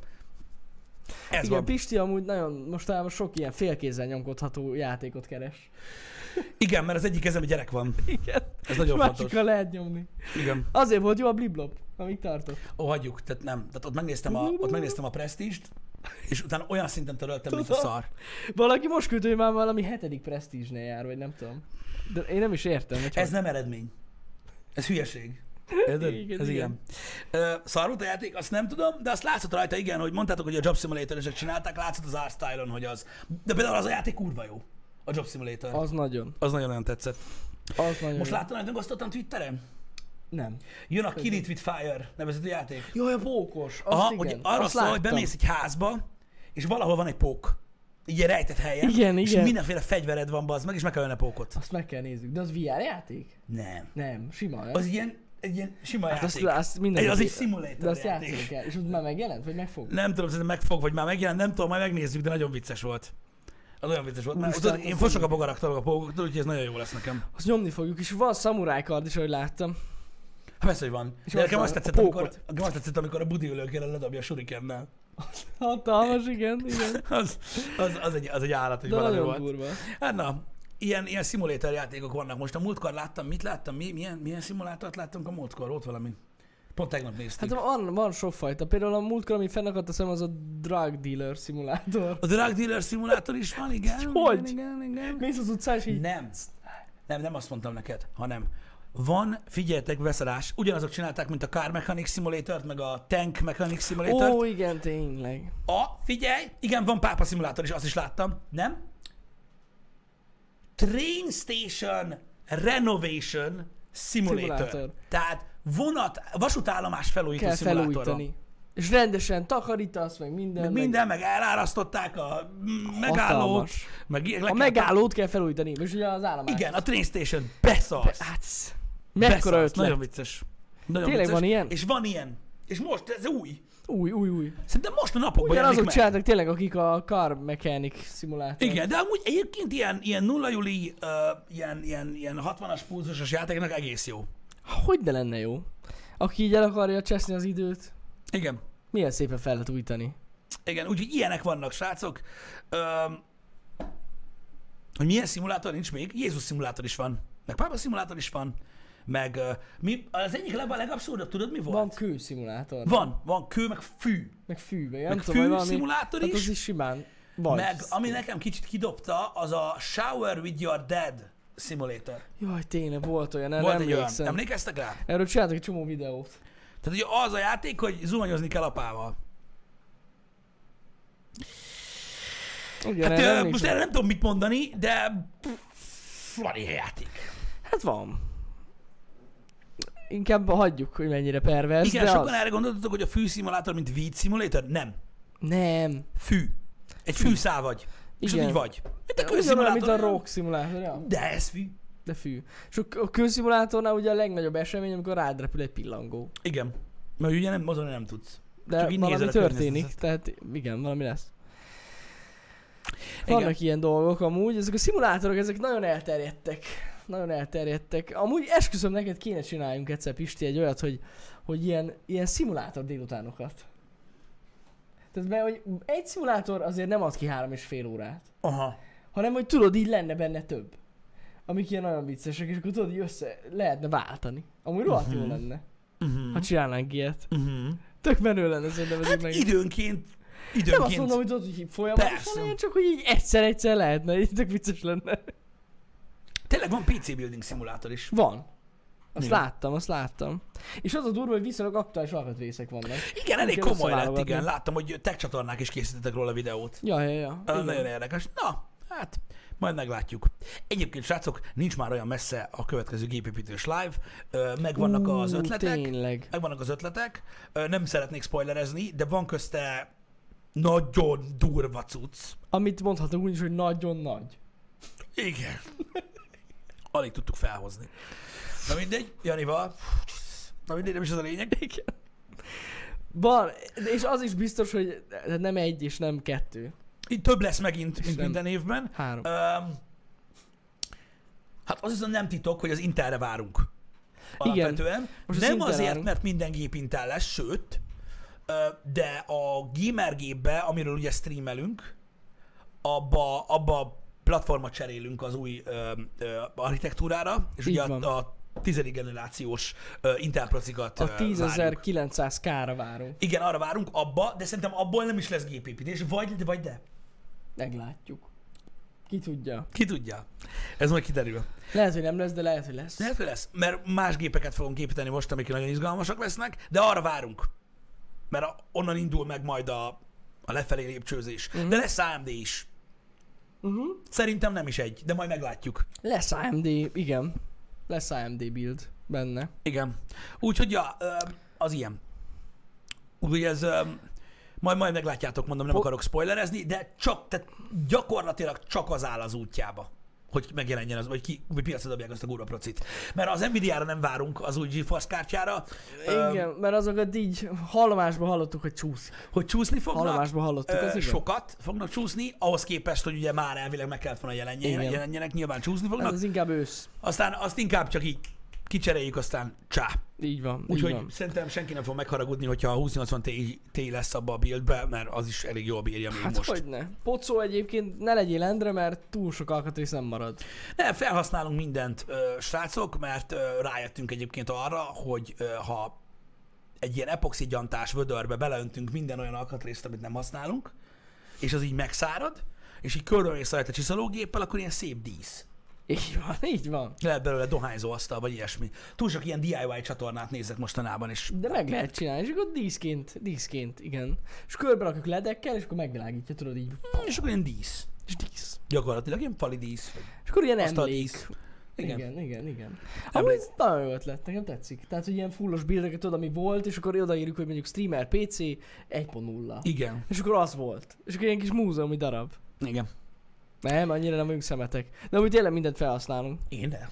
Ez igen, van. Pisti amúgy nagyon, mostában sok ilyen félkézzel nyomkodható játékot keres. Igen, mert az egyik kezemben gyerek van. Igen. Ez nagyon fontos. Másikra lehet nyomni. Igen. Azért volt jó a bliblop, amíg tartott. Ó, hagyjuk, tehát nem. Tehát ott megnéztem a, ott megnéztem a Prestige-t, és utána olyan szinten töröltem, mint a szar. Valaki most küldő, hogy már valami hetedik Prestige-nél jár, vagy nem tudom. De én nem is értem. Hogy Ez nem eredmény. Ez hülyeség. Érted? Igen, Ez igen. igen. Szar volt a játék, azt nem tudom, de azt látszott rajta, igen, hogy mondtátok, hogy a Job Simulator-esek csinálták, látszott az art style-on, hogy az. De például az a játék kurva jó. A Job Simulator. Az nagyon. Az nagyon-nagyon tetszett. Az nagyon Most jó. láttam, hogy megosztottam Twitteren? Nem. Jön a Kill It With Fire nevezetű játék. Jaj, a pókos. Azt Aha, igen. hogy arra Azt szól, hogy láttam. bemész egy házba, és valahol van egy pók. Így egy rejtett helyen. Igen, és igen. mindenféle fegyvered van, bazd meg, és meg kell ölni a pókot. Azt meg kell nézzük. De az vé er játék? Nem. Nem, sima. Nem? Az ilyen, egy ilyen sima hát játék. azt, azt minden Egy- az egy simulator De azt játék. játszani kell. És ott már megjelent, vagy meg fog? Nem tudom, szerintem megfog, vagy már megjelent, nem tudom, majd megnézzük, de nagyon vicces volt. Az nagyon vicces volt. Mert, Úristen, tudod, én az fosok a nagyon- bogaraktól a pókoktól, úgyhogy ez nagyon jó lesz nekem. Azt nyomni fogjuk, és van szamuráj kard is, ahogy láttam. Hát persze, hogy van. És De ott nekem van azt a tetszett, amikor, pókot. nekem azt tetszett, amikor a budi ülőkére ledobja a surikennel. Hatalmas, igen, igen. Az, az, az, egy, az egy állat, hogy De valami nagyon volt. durva. Hát na, ilyen, ilyen szimulátor játékok vannak. Most a múltkor láttam, mit láttam? Mi, milyen, milyen szimulátort láttunk a múltkor? Ott valami. Pont tegnap néztük. Hát van, van sokfajta. Például a múltkor, ami fennakadt a szem, az a drug dealer szimulátor. A drug dealer szimulátor is van, igen. Hogy? Igen, igen, igen. Mész az utcán, és így... Nem. Nem, nem azt mondtam neked, hanem van, figyeljetek, beszarás, ugyanazok csinálták, mint a Car Mechanic Simulator-t, meg a Tank Mechanic Simulator-t. Ó, igen, tényleg. A, figyelj, igen, van pápa szimulátor is, azt is láttam, nem? Train Station Renovation Simulator. Simulator. Tehát vonat, vasútállomás felújító Kell szimulátora. felújítani. És rendesen takarítasz, meg minden. Meg minden, meg elárasztották a megállót. Hatalmas. Meg le A kell- megállót kell felújítani, és ugye az állomás. Igen, a train station beszarsz. Hát ez... Mekkora Beszarsz. ötlet. Nagyon vicces. Nagyon Tényleg vicces. van ilyen? És van ilyen. És most ez új. Új, új, új. Szerintem most a napokban jelenik Ugyanazok meg. csináltak tényleg, akik a car mechanic szimulátor. Igen, de amúgy egyébként ilyen, ilyen nulla juli, uh, ilyen, ilyen, ilyen hatvanas pulzusos játéknak egész jó. Hogy de lenne jó? Aki így el akarja cseszni az időt, Igen. milyen szépen fel lehet újítani. Igen, úgyhogy ilyenek vannak, srácok. Um, hogy milyen szimulátor nincs még? Jézus szimulátor is van. Meg Pápa szimulátor is van. Meg uh, mi, az egyik leg, a legabszurdabb, tudod mi volt? Van kő szimulátor. Van, van kő, meg fű. Meg fű, meg, nem Meg tudom, fű vagy valami... szimulátor Hát is. az is simán vagy. Meg ami nekem kicsit kidobta, az a Shower with your Dad Simulator. Jaj, tényleg volt olyan, erre Volt egy olyan. emlékszem. Emlékeztek rá? Erről csináltak egy csomó videót. Tehát ugye az a játék, hogy zuhanyozni kell apával. Igen, Hát erre ö, emlékszem. most erre nem tudom mit mondani, de pff, van ilyen játék. Hát van. Inkább hagyjuk, hogy mennyire pervers, Igen, de sokan az... erre gondoltatok, hogy a fűszimulátor, mint víz szimulátor? Nem. Nem. Fű. Egy fűszál vagy. És Igen. így vagy. Mint a Ugyanolyan, kőszimulátor. mint a rock szimulátor, ja. De ez fű. De fű. És a a kőszimulátornál ugye a legnagyobb esemény, amikor rád repül egy pillangó. Igen. Mert ugye nem, mozogni nem tudsz. De Csak így valami nézel a történik, környezetet. tehát igen, valami lesz. Igen. Vannak ilyen dolgok amúgy, ezek a szimulátorok, ezek nagyon elterjedtek. Nagyon elterjedtek. Amúgy esküszöm neked kéne csináljunk egyszer, Pisti, egy olyat, hogy, hogy ilyen, ilyen szimulátor délutánokat. Tehát mert, hogy egy szimulátor azért nem ad ki három és fél órát. Aha. Hanem, hogy tudod, így lenne benne több. Amik ilyen nagyon viccesek, és akkor tudod, így össze lehetne váltani. Amúgy rohadt jó Mhm. lenne, Uh-huh. ha csinálnánk ilyet. Uh-huh. Tök menő lenne szerintem ez Hát meg. időnként, Nem azt időnként. mondom, hogy tudod, hogy így folyamatosan Persze. legyen, csak hogy így egyszer-egyszer lehetne, így tök vicces lenne. Tényleg van pé cé building szimulátor is. Van. Azt Igen. láttam, azt láttam. És az a durva, hogy viszonylag aktuális alkatrészek vannak. Igen, elég kell komoly lett, összeválogatni. igen. Láttam, hogy tech csatornák is készítettek róla videót. Ja, ja, ja. Ö, Igen. Nagyon érdekes. Na, hát, majd meglátjuk. Egyébként, srácok, nincs már olyan messze a következő gépépítős live. Ö, Megvannak az Ú, ötletek. Tényleg. Megvannak az ötletek. Ö, Nem szeretnék spoilerezni, de van közte nagyon durva cucc. Amit mondhatunk úgy is, hogy nagyon nagy. Igen. Alig tudtuk felhozni. Na mindegy, Janival. Na mindegy, nem is az a lényeg. Igen. Van, és az is biztos, hogy nem egy és nem kettő. Itt több lesz megint, mint nem. minden évben. Három. Öm, hát az viszont nem titok, hogy az Intelre várunk. Igen. Alapvetően. Most az Nem Intel azért, várunk. mert minden gép Intel lesz, sőt, ö, de a gamer gépbe, amiről ugye streamelünk, abba, abba a platformot cserélünk az új ö, ö, architektúrára, és Így ugye van. a, a tizedik generációs ö, Intel procikat A ö, várjuk. tízezer-kilencszáz ká-ra várunk. Igen, arra várunk, abba, de szerintem abból nem is lesz gépépítés, vagy, vagy de. Meglátjuk. Ki tudja. Ki tudja. Ez majd kiderül. Lehet, hogy nem lesz, de lehet, hogy lesz. Lehet, hogy lesz, mert más gépeket fogunk építeni most, amik nagyon izgalmasak lesznek, de arra várunk. Mert a, onnan indul meg majd a, a lefelé lépcsőzés. Mhm. Uh-huh. De lesz á em dé is. Uh-huh. Szerintem nem is egy, de majd meglátjuk. Lesz á em dé, igen. Lesz á em dé build benne. Igen. Úgyhogy ja, ö, az ilyen. Úgyhogy ez... ö, Majd, majd meglátjátok, mondom, nem Po- akarok spoilerezni, de csak, tehát gyakorlatilag csak az áll az útjába, hogy megjelenjen az, vagy, ki, vagy piacra dobják azt a gurva procit. Mert az Nvidia-ra nem várunk az új GeForce kártyára. Igen, mert azokat így hallomásban hallottuk, hogy csúszik. Hogy csúszni fognak. Hallomásban hallottuk, Ö, az igen. sokat fognak csúszni, ahhoz képest, hogy ugye már elvileg meg kellett volna jelenjen, Igen. jelenjenek, nyilván csúszni Hát fognak. ez inkább ősz. Aztán azt inkább csak így kicseréljük, aztán csá. Így van, így Úgyhogy van. szerintem senki nem fog megharagudni, hogyha a húsz nyolcvan Ti Ti lesz abba a buildbe, mert az is elég jól bírja még Hát most. hogyne. Pocó egyébként ne legyél endre, mert túl sok alkatrész nem marad. Nem, felhasználunk mindent, ö, srácok, mert ö, rájöttünk egyébként arra, hogy ö, ha egy ilyen epoxi gyantás vödörbe beleöntünk minden olyan alkatrészt, amit nem használunk, és az így megszárad, és így körbemész rajta csiszológéppel, akkor ilyen szép dísz. Így van, így van. Lehet belőle dohányzó asztal, vagy ilyesmi. Túl sok ilyen dé i vaj csatornát nézek mostanában, és De meg lehet csinálni, és akkor díszként, díszként, igen. És körbe rakjuk ledekkel, és akkor megvilágítja, tudod így. és akkor ilyen dísz. És dísz. Gyakorlatilag ilyen fali dísz. vagy És akkor ilyen asztaldísz. emlék. Igen. Igen, igen, igen. Amúgy ez nagyon jó ötlet, nekem tetszik. Tehát, hogy ilyen fullos buildeket tudod, ami volt, és akkor odaírjuk, hogy mondjuk streamer pé cé egy pont nulla. Igen. És akkor az volt. És akkor ilyen kis múzeumi darab. Igen. Nem, annyira nem vagyunk szemetek. De úgy tényleg mindent felhasználunk. Én de.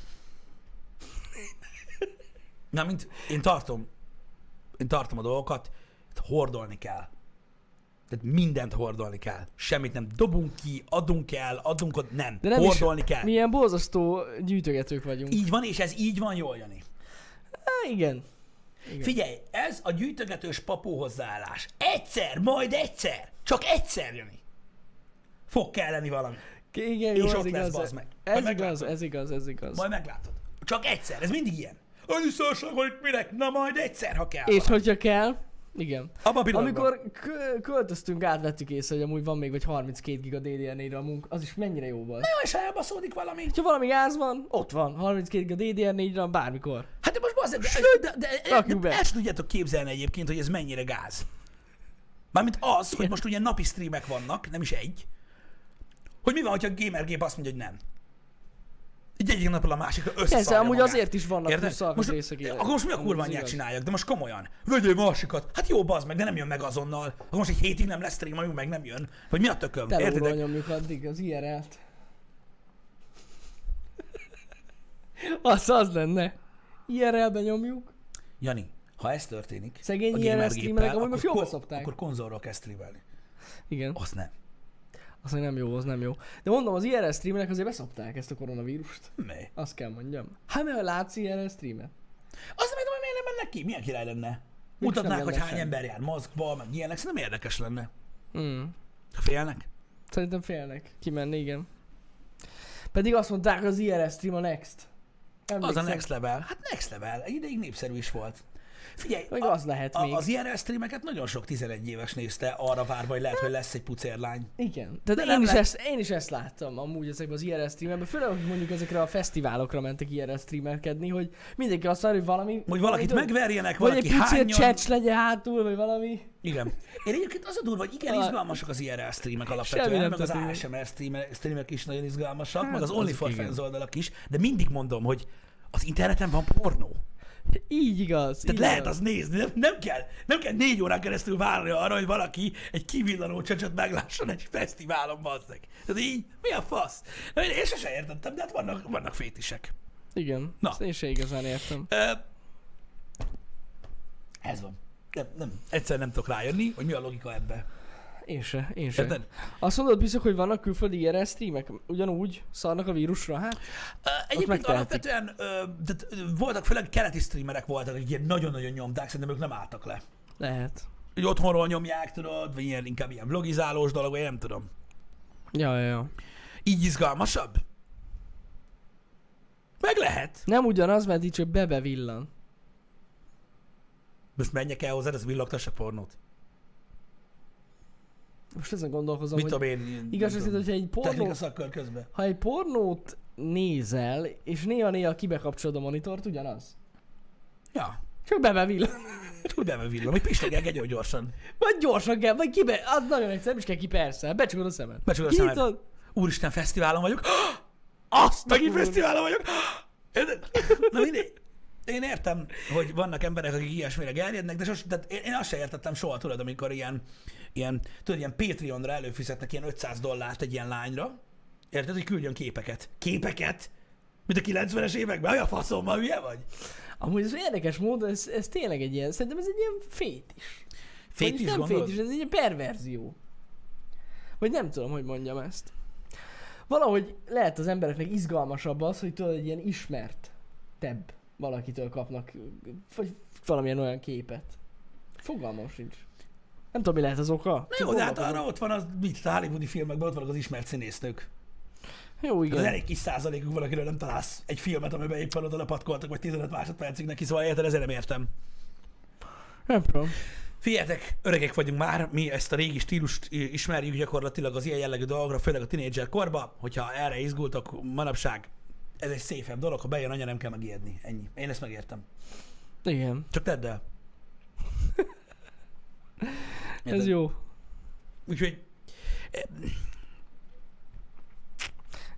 Na, mint én tartom, én tartom a dolgokat, hordolni kell. Tehát mindent hordolni kell. Semmit nem dobunk ki, adunk el, adunk ott, nem. De nem hordolni is, kell. Mi ilyen borzasztó gyűjtögetők vagyunk. Így van, és ez így van jól, Jani. Há, igen. igen. Figyelj, ez a gyűjtögetős papó hozzáállás. Egyszer, majd egyszer. Csak egyszer, Jani. Fog kelleni valami. Igen, És jó, ott ez lesz, igaz. bazd meg. Ez Majd igaz, meglátod. ez igaz, ez igaz. Majd meglátod. Csak egyszer. Ez mindig ilyen. Annyi szarság van itt minek? Na majd egyszer, ha kell. És valami. hogyha kell, igen. Abban a pillanatban. Amikor k- költöztünk, átvettük észre, hogy amúgy van még vagy harminckét giga dé dé er négy ramunk, az is mennyire jó volt. Jó, és ha elbaszódik valami. Ha valami gáz van, ott van. harminckét giga dé dé er négy ram bármikor. Hát de most bazdmeg, de, de, de, rakjuk de, be. de el sem tudjátok képzelni egyébként, hogy ez mennyire gáz. Mármint az, hogy most ugye napi streamek vannak, nem is egy, hogy mi van, hogyha a gamergép azt mondja, hogy nem. Így egyik napról a másikra összeszarja Persze, amúgy magát. azért is vannak Érted? plusz szalkas Most, részek. ilyen. akkor most mi a Amúgy kurva ez anyját igaz. csináljak? De most komolyan. Vegyél másikat. Hát jó, bazd meg, de nem jön meg azonnal. Akkor most egy hétig nem lesz stream, amíg meg nem jön. Vagy mi a tököm? Telóról Értitek? nyomjuk addig az i er el-t. Az az lenne. i er el-ben nyomjuk. Jani, ha ez történik, Szegény a i er el gamergéppel, streamerek amúgy akkor most jól ko- beszopták. Akkor konzolról kell streamelni. Igen, Azt nem. az még nem jó, az nem jó. De mondom, az i er el streamerek azért beszopták ezt a koronavírust. Mi? Azt kell mondjam. Hát mert látsz i er el streamet? Azt nem tudom, hogy miért nem mennek ki. Milyen király lenne? nem Mutatnák, hogy lenne hány semmi. ember jár maszkba, meg ilyenek. Szerintem érdekes lenne. Mm. Félnek? Szerintem félnek kimenni, igen. Pedig azt mondták, hogy az i er el stream a next. Az a Emlékszem. next level. Hát next level. Egy ideig népszerű is volt. Figyelj, Meg a, az lehet a, még. az i er el streameket nagyon sok tizenegy éves nézte, arra várva, hogy lehet, hogy lesz egy pucérlány. Igen. Tehát De én nem is, lett. ezt, én is ezt láttam amúgy ezekben az i er el streamekben, főleg, hogy mondjuk ezekre a fesztiválokra mentek i er el streamerkedni, hogy mindenki azt várja, hogy valami... Hogy valakit valami- megverjenek, Vagy valaki egy pucér hányan. csecs legyen hátul, vagy valami. Igen. Én egyébként az a durva, hogy igen, Ah. izgalmasak az i er el streamek Semmi alapvetően, nem meg az történik. á es em er streamek, streamek is nagyon izgalmasak, Hát, meg az azok OnlyFans igen. oldalak is, de mindig mondom, hogy az interneten van pornó. Így igaz. Tehát így lehet igaz. azt nézni, nem, nem, kell, nem kell négy órán keresztül várni arra, hogy valaki egy kivillanó csacsot meglásson egy fesztiválon, bazzeg. Tehát így, mi a fasz? Na, én én sose értettem, de hát vannak, vannak fétisek. Igen. Na. Ezt én sem igazán értem. Ö, ez van. Nem, nem, egyszer nem tudok rájönni, hogy mi a logika ebbe. Én se, én se. Érted? Azt mondod biztos, hogy vannak külföldi i er el streamek? Ugyanúgy szarnak a vírusra? Hát, Ö, Egyébként megtehetik. alapvetően ö, tehát, ö, voltak, főleg keleti streamerek voltak, akik ilyen nagyon-nagyon nyomták, szerintem ők nem álltak le. lehet. Hogy otthonról nyomják, tudod, vagy ilyen, inkább ilyen vlogizálós dolog, vagy nem tudom. Ja, ja, ja. Így izgalmasabb? Meg lehet. Nem ugyanaz, mert így csak bebe villan. Most menjek el hozzád, az villogtassa pornót. Most ezen gondolkozom, Mit hogy tudom én, ilyen, igaz, nem az, tudom, hogyha egy pornó, technika szakkör közben. ha egy pornót nézel, és néha-néha kibekapcsolod a monitort, ugyanaz. Ja, Csak bebe villan. úgy nem villom, hogy pislegel nagyon gyorsan. Vagy gyorsan kell, vagy kibe, az nagyon egyszerű, nem is kell ki persze, becsukod a szemed. Becsukod a szemed. Kinyitod. Úristen, fesztiválon vagyok. Azt, megint kurva. fesztiválon vagyok. Érted? Na mindegy. Én értem, hogy vannak emberek, akik ilyesmire gerjednek, de sos, tehát én, én azt se értettem soha, tudod, amikor ilyen, ilyen, tudod, ilyen Patreonra előfizetnek ilyen ötszáz dollárt egy ilyen lányra. Érted, hogy küldjön képeket. Képeket? Mint a kilencvenes években? Olyan faszommal, hülye vagy? Amúgy ez érdekes módon, ez, ez tényleg egy ilyen, szerintem ez egy ilyen fétis. Fétis, Vagyis nem gondolod? fétis, ez egy ilyen perverzió. Vagy nem tudom, hogy mondjam ezt. Valahogy lehet az embereknek izgalmasabb az, hogy tudod, egy ilyen ismert tebb valakitől kapnak, vagy valamilyen olyan képet. Fogalmam sincs. Nem tudom, mi lehet az oka. Na jó, de hát arra ott van az, mit, a hollywoodi filmekben ott vannak az ismert színésznők. Jó, Az igen. elég kis százalékuk van, akiről nem találsz egy filmet, amiben éppen oda lepatkoltak, vagy tizenöt másodpercig neki, szóval érted, ezért nem értem. Nem tudom. Figyeljetek, öregek vagyunk már, mi ezt a régi stílust ismerjük gyakorlatilag az ilyen jellegű dolgokra, főleg a tinédzser korba, hogyha erre izgultok manapság, ez egy széfebb dolog, ha bejön anya, nem kell megijedni. Ennyi. Én ezt megértem. Igen. Csak tedd el. Ez Érted? jó. Úgyhogy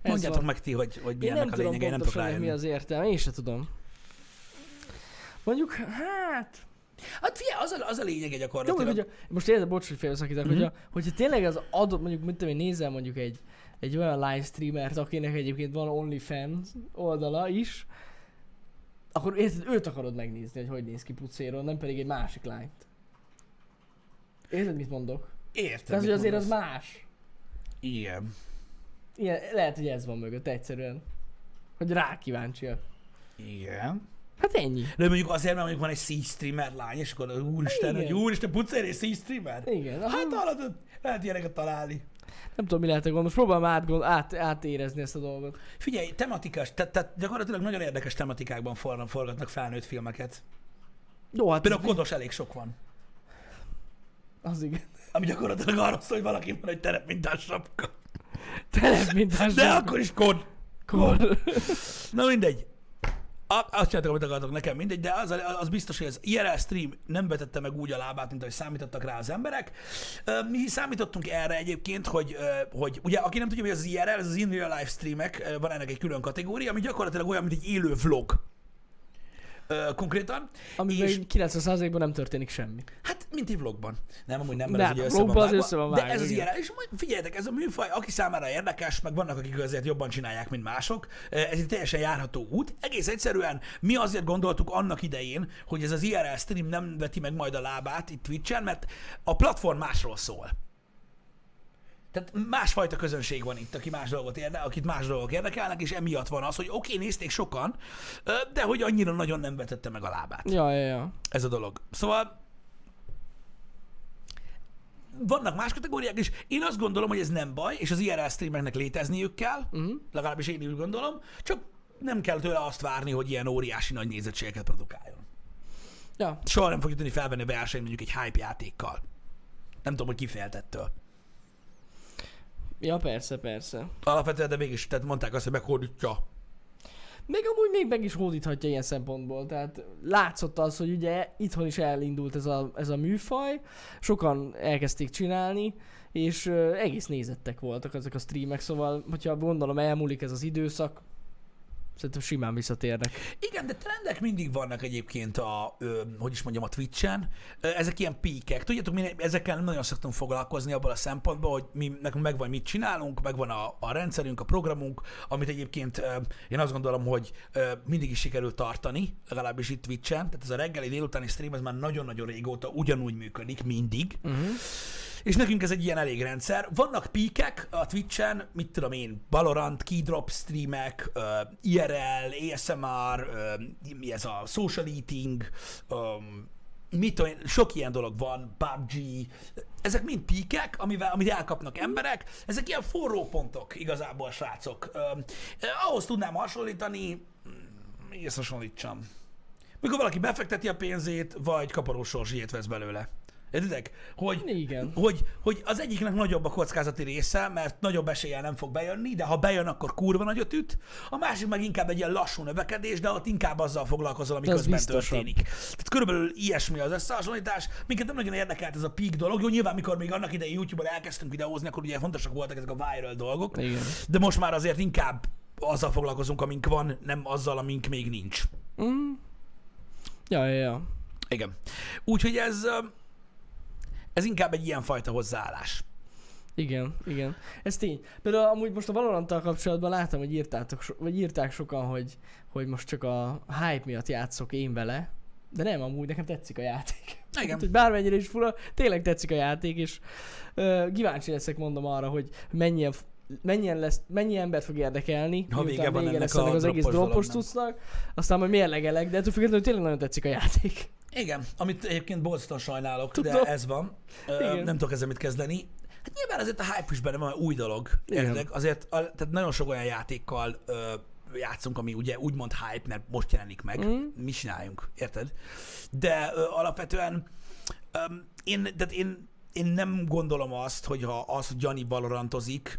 Mondjátok meg ti, hogy, hogy mi Én ennek nem a tudom lényege, én nem tudok pontosan, hogy rájönni. mi az értelme, én sem tudom. Mondjuk, hát... Hát figyelj, az a, az a lényege Jó, gyakorlatilag. hogy a, most érted, bocs, hogy félbeszakítok, Mhm. hogy a, hogyha tényleg az adott, mondjuk, mit tudom én, nézel mondjuk egy, egy olyan livestreamert, akinek egyébként van OnlyFans oldala is, akkor érted, őt akarod megnézni, hogy hogy néz ki pucéron, nem pedig egy másik lányt. Érted, mit mondok? Értem. Tehát, hogy mit azért az mondasz. más. Igen. Ilyen, lehet, hogy ez van mögött egyszerűen. Hogy rá kíváncsiak. Igen. Hát ennyi. De mondjuk azért, mert mondjuk van egy Siege streamer lány, és akkor úristen, Igen. hogy úristen, pucér és Siege streamer? Igen. Aha. Hát hallod, lehet ilyeneket találni. Nem tudom, mi lehet a gond. Most próbálom átgond, át, átérezni ezt a dolgot. Figyelj, tematikas, tehát te, gyakorlatilag nagyon érdekes tematikákban for, forgatnak felnőtt filmeket. Jó, hát Például Kodos elég sok van. az igen. Ami gyakorlatilag arról szól, hogy valaki van egy terepmintás sapka. Terepmintás. De akkor is kod. Kor. Na mindegy. A, azt csináltak, amit akartok, nekem mindegy, de az, az biztos, hogy az i er el stream nem vetette meg úgy a lábát, mint ahogy számítottak rá az emberek. Ö, Mi számítottunk erre egyébként, hogy, ö, hogy ugye, aki nem tudja, mi az i er el, ez az in real life streamek, ö, van ennek egy külön kategória, ami gyakorlatilag olyan, mint egy élő vlog. Ö, konkrétan. Amiben És- kilencven százalékban nem történik semmi. Hát, mint egy vlogban. Nem, amúgy nem, De mert hát ez ugye a össze van vlogban az vágva, össze van de vágva, ez az igen. i er el, és majd figyeljetek, ez a műfaj, aki számára érdekes, meg vannak, akik azért jobban csinálják, mint mások, ez egy teljesen járható út. Egész egyszerűen mi azért gondoltuk annak idején, hogy ez az i er el stream nem veti meg majd a lábát itt Twitch-en, mert a platform másról szól. Tehát másfajta közönség van itt, aki más dolgot érde, akit más dolgok érdekelnek, és emiatt van az, hogy oké, okay, nézték sokan, ö, de hogy annyira nagyon nem vetette meg a lábát. Ja, ja, ja. Ez a dolog. Szóval vannak más kategóriák is. Én azt gondolom, hogy ez nem baj, és az i er el streameknek létezniük kell, Uh-huh. legalábbis én úgy gondolom, csak nem kell tőle azt várni, hogy ilyen óriási nagy nézettségeket produkáljon. Ja, Soha nem fogja tudni felvenni versenyt mondjuk egy hype játékkal. Nem tudom, hogy kifejtettől. ja, persze, persze. Alapvetően, de mégis, tehát mondták azt, hogy meghódítja. Még amúgy még meg is hódíthatja ilyen szempontból, tehát látszott az, hogy ugye itthon is elindult ez a, ez a műfaj, sokan elkezdték csinálni, és uh, egész nézettek voltak ezek a streamek, szóval, hogyha gondolom elmúlik ez az időszak, szerintem simán visszatérnek. Igen, de trendek mindig vannak egyébként a, ö, hogy is mondjam, a Twitch-en. Ö, ezek ilyen píkek. Tudjátok, mi ezekkel nem nagyon szoktunk foglalkozni abban a szempontból, hogy mi, nekünk megvan, mit csinálunk, megvan a, a rendszerünk, a programunk, amit egyébként ö, én azt gondolom, hogy ö, mindig is sikerül tartani, legalábbis itt Twitch-en. Tehát ez a reggeli délutáni stream, ez már nagyon-nagyon régóta ugyanúgy működik, mindig. Uh-huh. És nekünk ez egy ilyen elég rendszer. Vannak píkek a Twitch-en, mit tudom én, Valorant, Keydrop streamek, uh, i er el, á es em er, uh, mi ez a social eating, um, mit tudom én, sok ilyen dolog van, pé u bé gé, ezek mind píkek, amivel, amit elkapnak emberek, ezek ilyen forró pontok igazából, srácok. Uh, uh, ahhoz tudnám hasonlítani, mihez hasonlítsam? Mikor valaki befekteti a pénzét, vagy kaparós sorzsijét vesz belőle. Értitek? Hogy, Igen. hogy, hogy az egyiknek nagyobb a kockázati része, mert nagyobb eséllyel nem fog bejönni, de ha bejön, akkor kurva nagyot üt. A másik meg inkább egy ilyen lassú növekedés, de ott inkább azzal foglalkozol, ami Ez közben biztosabb. történik. Tehát körülbelül ilyesmi az összehasonlítás. Minket nem nagyon érdekelt ez a peak dolog. Jó, nyilván, mikor még annak idején YouTube-on elkezdtünk videózni, akkor ugye fontosak voltak ezek a viral dolgok. Igen. De most már azért inkább azzal foglalkozunk, amink van, nem azzal, amink még nincs. Mm. Ja, ja, ja. Igen. Úgyhogy ez... ö, Ez inkább egy ilyen fajta hozzáállás. Igen, igen. Ez tény. Például amúgy most a Valoranttal kapcsolatban láttam, hogy írtátok, so- vagy írták sokan, hogy, hogy most csak a hype miatt játszok én vele, de nem, amúgy nekem tetszik a játék. Igen. Hát, hogy bármennyire is fura, tényleg tetszik a játék, és uh, kíváncsi leszek, mondom arra, hogy mennyien, mennyien lesz, mennyi embert fog érdekelni, Ha vége van ennek lesz a ennek az egész droppos droppos dolognak. cuccnak, aztán majd mérlegelek, de ettől függetlenül tényleg nagyon tetszik a játék. Igen, amit egyébként borzasztóan sajnálok, Tudom. de ez van. Ö, Igen. nem tudok ezzel mit kezdeni. Hát nyilván azért a hype is benne van, új dolog. Igen. Érted? Azért a, tehát nagyon sok olyan játékkal ö, játszunk, ami ugye úgymond hype, mert most jelenik meg. Mm. Mi csináljunk, érted? De ö, alapvetően ö, én, tehát én, én nem gondolom azt, hogy ha az, hogy Jani valorantozik,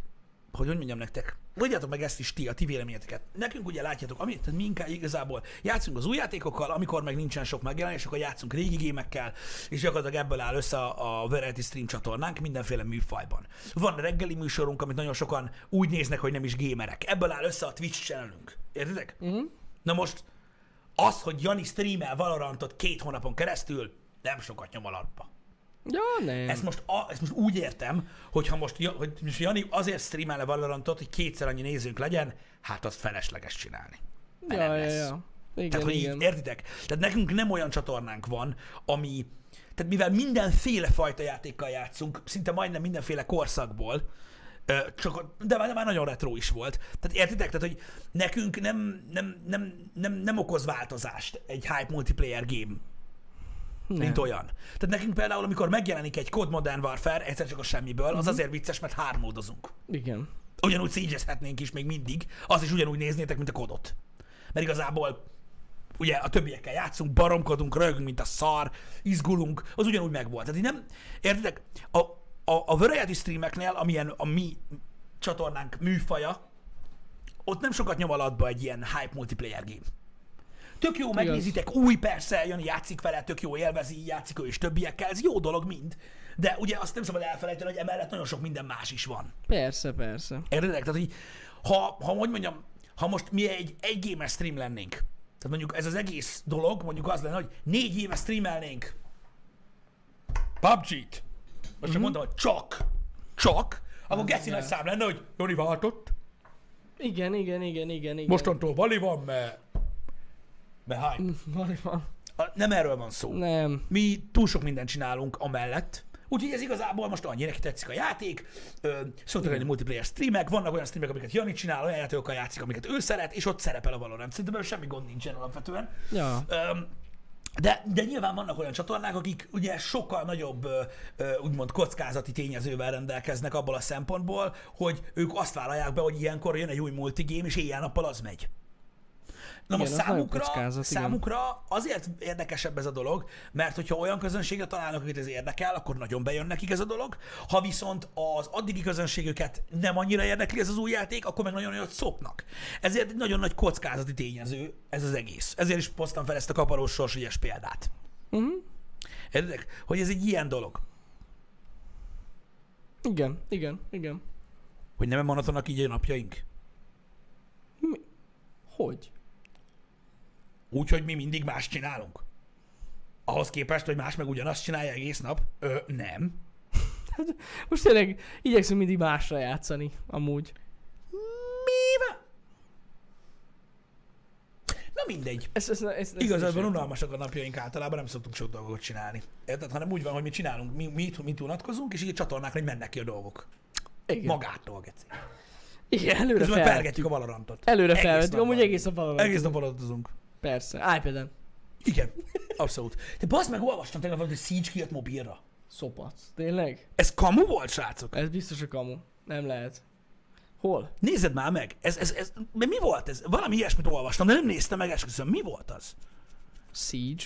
hogy hogy mondjam nektek, mondjátok meg ezt is ti, a ti véleményeteket. Nekünk ugye látjátok, amit, tehát mi inkább igazából játszunk az új játékokkal, amikor meg nincsen sok megjelenés, akkor játszunk régi gémekkel, és gyakorlatilag ebből áll össze a, a Variety Stream csatornánk mindenféle műfajban. Van reggeli műsorunk, amit nagyon sokan úgy néznek, hogy nem is gémerek. Ebből áll össze a Twitch channelünk. Értitek? Uh-huh. Na most az, hogy Jani streamel Valorantot két hónapon keresztül, nem sokat nyom alatba. Ja, nem. Ezt most, a, ezt most úgy értem, hogyha most, hogy most Jani azért streamel Valorantot, hogy kétszer annyi nézőnk legyen, hát azt felesleges csinálni. Ja, ja, ja. Igen, tehát, hogy igen. így, értitek? Tehát nekünk nem olyan csatornánk van, ami, tehát mivel mindenféle fajta játékkal játszunk, szinte majdnem mindenféle korszakból, csak, de már, már nagyon retro is volt. Tehát értitek? Tehát, hogy nekünk nem, nem, nem, nem, nem okoz változást egy hype multiplayer game, nem. mint olyan. Tehát nekünk például, amikor megjelenik egy Code Modern Warfare, egyszer csak a semmiből, az uh-huh. azért vicces, mert hármódozunk. Igen. Ugyanúgy siege-ezhetnénk is még mindig, azt is ugyanúgy néznétek, mint a kodot. Mert igazából ugye a többiekkel játszunk, baromkodunk, rögünk, mint a szar, izgulunk, az ugyanúgy megvolt. Tehát így nem, értitek? A, a, a Variety Streameknél, amilyen a mi csatornánk műfaja, ott nem sokat nyom alatba egy ilyen hype multiplayer game. Tök jó, megnézitek, új persze, Jani játszik vele, tök jó, élvezi, játszik ő és többiekkel, ez jó dolog mind. De ugye azt nem szabad elfelejteni, hogy emellett nagyon sok minden más is van. Persze, persze. Értedek? Tehát, hogy ha, ha, hogy mondjam, ha most mi egy egy gamer stream lennénk, tehát mondjuk ez az egész dolog, mondjuk az lenne, hogy négy éve streamelnénk pé u bé gé-t, most mm-hmm. csak mondtam, hogy csak, csak, akkor geci nagy szám lenne, hogy Jani váltott. Igen, igen, igen, igen, igen. Mostantól Vali van, mert mert hype. Vali van. Nem erről van szó. Nem. Mi túl sok mindent csinálunk amellett, úgyhogy ez igazából most annyi, neki tetszik a játék, szoktak lenni multiplayer streamek, vannak olyan streamek, amiket Jani csinál, olyan játékokkal játszik, amiket ő szeret, és ott szerepel a Valorant. Szerintem semmi gond nincsen alapvetően. Ja. De, de nyilván vannak olyan csatornák, akik ugye sokkal nagyobb úgymond kockázati tényezővel rendelkeznek abból a szempontból, hogy ők azt vállalják be, hogy ilyenkor jön egy új multigame, és éjjel-nappal az megy. Na most számukra, kockázat, számukra azért érdekesebb ez a dolog, mert hogyha olyan közönségre találnak, akit ez érdekel, akkor nagyon bejön nekik ez a dolog. Ha viszont az addigi közönségüket nem annyira érdekli ez az új játék, akkor meg nagyon nagyot szopnak. Ezért egy nagyon nagy kockázati tényező ez az egész. Ezért is hoztam fel ezt a kaparós sorsügyes példát. Uh-huh. Érdek? Hogy ez egy ilyen dolog. Igen, igen, igen. Hogy nem monotonak így a napjaink? Mi? Hogy? Úgy, hogy mi mindig más csinálunk. Ahhoz képest, hogy más meg ugyanazt csinálja egész nap? Ö, nem. Most tényleg igyekszünk mindig másra játszani, amúgy. Mi van? Na mindegy. Ez, ez, ez, ez Igazából unalmasak a napjaink, általában nem szoktunk sok dolgot csinálni. Érted? Hanem úgy van, hogy mi csinálunk, mi, mi, mi unatkozunk, és így a csatornákra mennek ki a dolgok. Igen. Magától, geci. Igen, előre felvettük. pergetjük a Valorantot. Előre felvettük, amúgy egész a Valorantot. Egész nap Valorantozunk. Persze, iPad-en. Igen, abszolút. De bazd meg, olvastam tegnap, hogy Siege kijött mobilra. Szopac. Tényleg? Ez kamu volt, srácok? Ez biztos a kamu. Nem lehet. Hol? Nézed már meg. Ez, ez, ez, mi volt ez? Valami ilyesmit olvastam, de nem néztem meg, esküszöm. Mi volt az? Siege.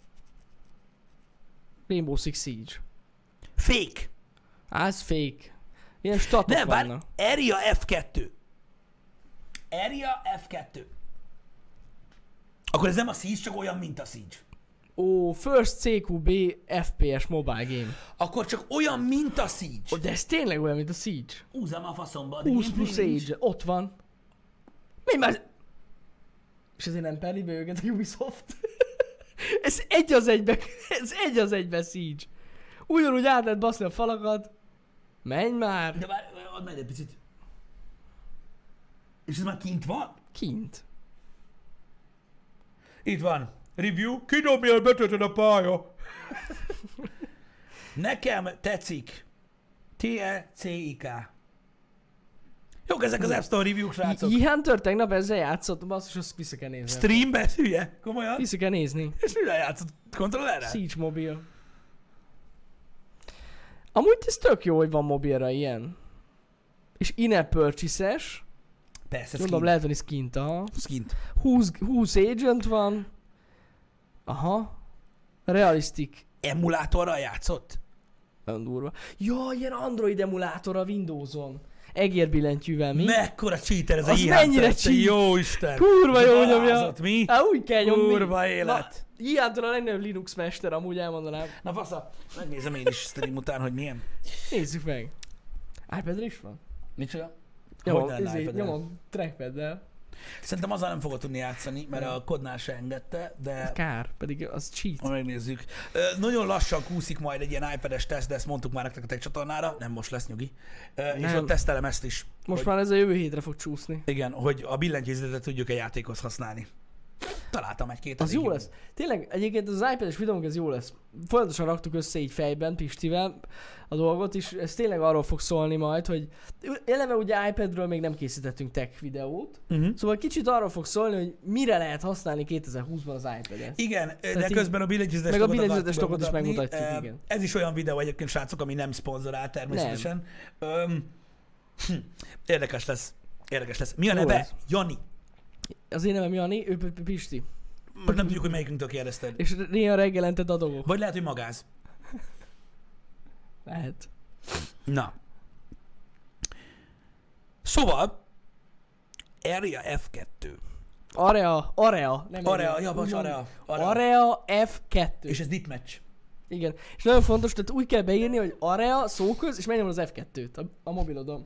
Rainbow Six Siege. Fake. Á, ez fake. Ilyen statok nem, vannak. Nem, Area ef kettő. Area ef kettő. Akkor ez nem a Siege, csak olyan, mint a Siege. Ó, First cé kú bé ef pé es mobile game. Akkor csak olyan, mint a Siege. Oh, de ez tényleg olyan, mint a Siege. Húzzam a faszomba. húsz plusz Age, ott van. Mi már... És ezért nem perli őket a Ubisoft. Ez egy az egybe, ez egy az egybe Siege. Ugyanúgy át lehet baszni a falakat. Menj már. De már, add meg egy picit. És ez már kint van? Kint. Itt van. Review. Kidobjál, betöltöd a pálya. Nekem tetszik. té e cé i ká. Jók ezek az App Store review-k, srácok. E-Hunter tegnap ezzel játszott, basszus, azt vissza kell nézni. Streambe? Hülye? Komolyan? Vissza kell nézni. És mire játszott? Kontrollerrel? Siege mobil. Amúgy ez tök jó, hogy van mobilra ilyen. És in-app purchase-es. Persze, Mondom, lehet venni skint, aha. Skint. húsz, húsz agent van. Aha. Realistic. Emulátorral játszott? Nagyon durva. Ja, ilyen Android emulátor a Windowson. egérbillentyűvel, mi? Mekkora cheater ez a Az Jihan mennyire tette, cheat? jó Isten! Kurva jó nyomja. Alázott, mi? Hát úgy kell nyomni. Kurva élet. Jihantól a legnagyobb Linux mester, amúgy elmondanám. Na fasza, megnézem én is stream után, hogy milyen. Nézzük meg. iPadre is van? Micsoda? Nyomom, Hogy lenne ezért iPad-en? nyomom trackpaddel. Szerintem azzal nem fogod tudni játszani, mert a kodnál se engedte, de Kár, pedig az cheat. ha megnézzük. Ö, nagyon lassan kúszik majd egy ilyen iPad-es teszt, de ezt mondtuk már nektek a tech csatornára, nem most lesz, nyugi. Ö, és Nem. ott tesztelem ezt is. Most hogy, már ez a jövő hétre fog csúszni. Igen, hogy a billentyűzetet tudjuk-e játékhoz használni. Találtam egy-két. Az elég jó lesz. Tényleg, egyébként az iPad-es videónk ez jó lesz. Folyamatosan raktuk össze így fejben Pistivel a dolgot, és ez tényleg arról fog szólni majd, hogy eleve ugye iPadről még nem készítettünk tech videót, Uh-huh. szóval kicsit arról fog szólni, hogy mire lehet használni kétezer-húszban az iPad-et. Igen, de így- közben a billentyűzetes meg a tokot billentyűzetes akartuk tokot is bemutatni. megmutatjuk, Ö, igen. Ez is olyan videó egyébként, srácok, ami nem szponzorált természetesen. Öm, hm, érdekes lesz. Érdekes lesz. Mi a Jó neve? lesz. Jani. Az én nevem Jani, ő P- P- Pisti. Most nem tudjuk, hogy melyikünktől kérdezted. És néha reggelente dadogok. Vagy lehet, hogy magáz. Lehet. Na. Szóval, Area ef kettő. Area, Area. Nem Area, Area. ja, bocs, Úgy van. Area. Area. Area ef kettő. És ez ditmatch. Igen. És nagyon fontos, tehát úgy kell beírni, hogy Area szóköz, és megnyomod az ef kettőt a, a mobilodon.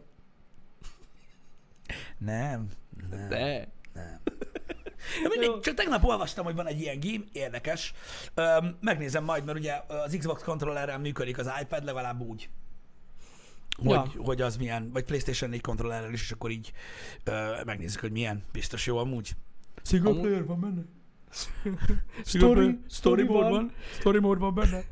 Nem. Nem. De. Nem. Ja, mindig, csak tegnap olvastam, hogy van egy ilyen game, érdekes. Öm, megnézem majd, mert ugye az Xbox kontrollerrel működik az iPad legalább úgy. Hogy, Ja. hogy az milyen, vagy PlayStation négy kontrollerrel is, és akkor így ö, megnézzük, hogy milyen. Biztos jó amúgy. Single Amúgy- player van benne. Story, Storyboard van. Storyboard van benne.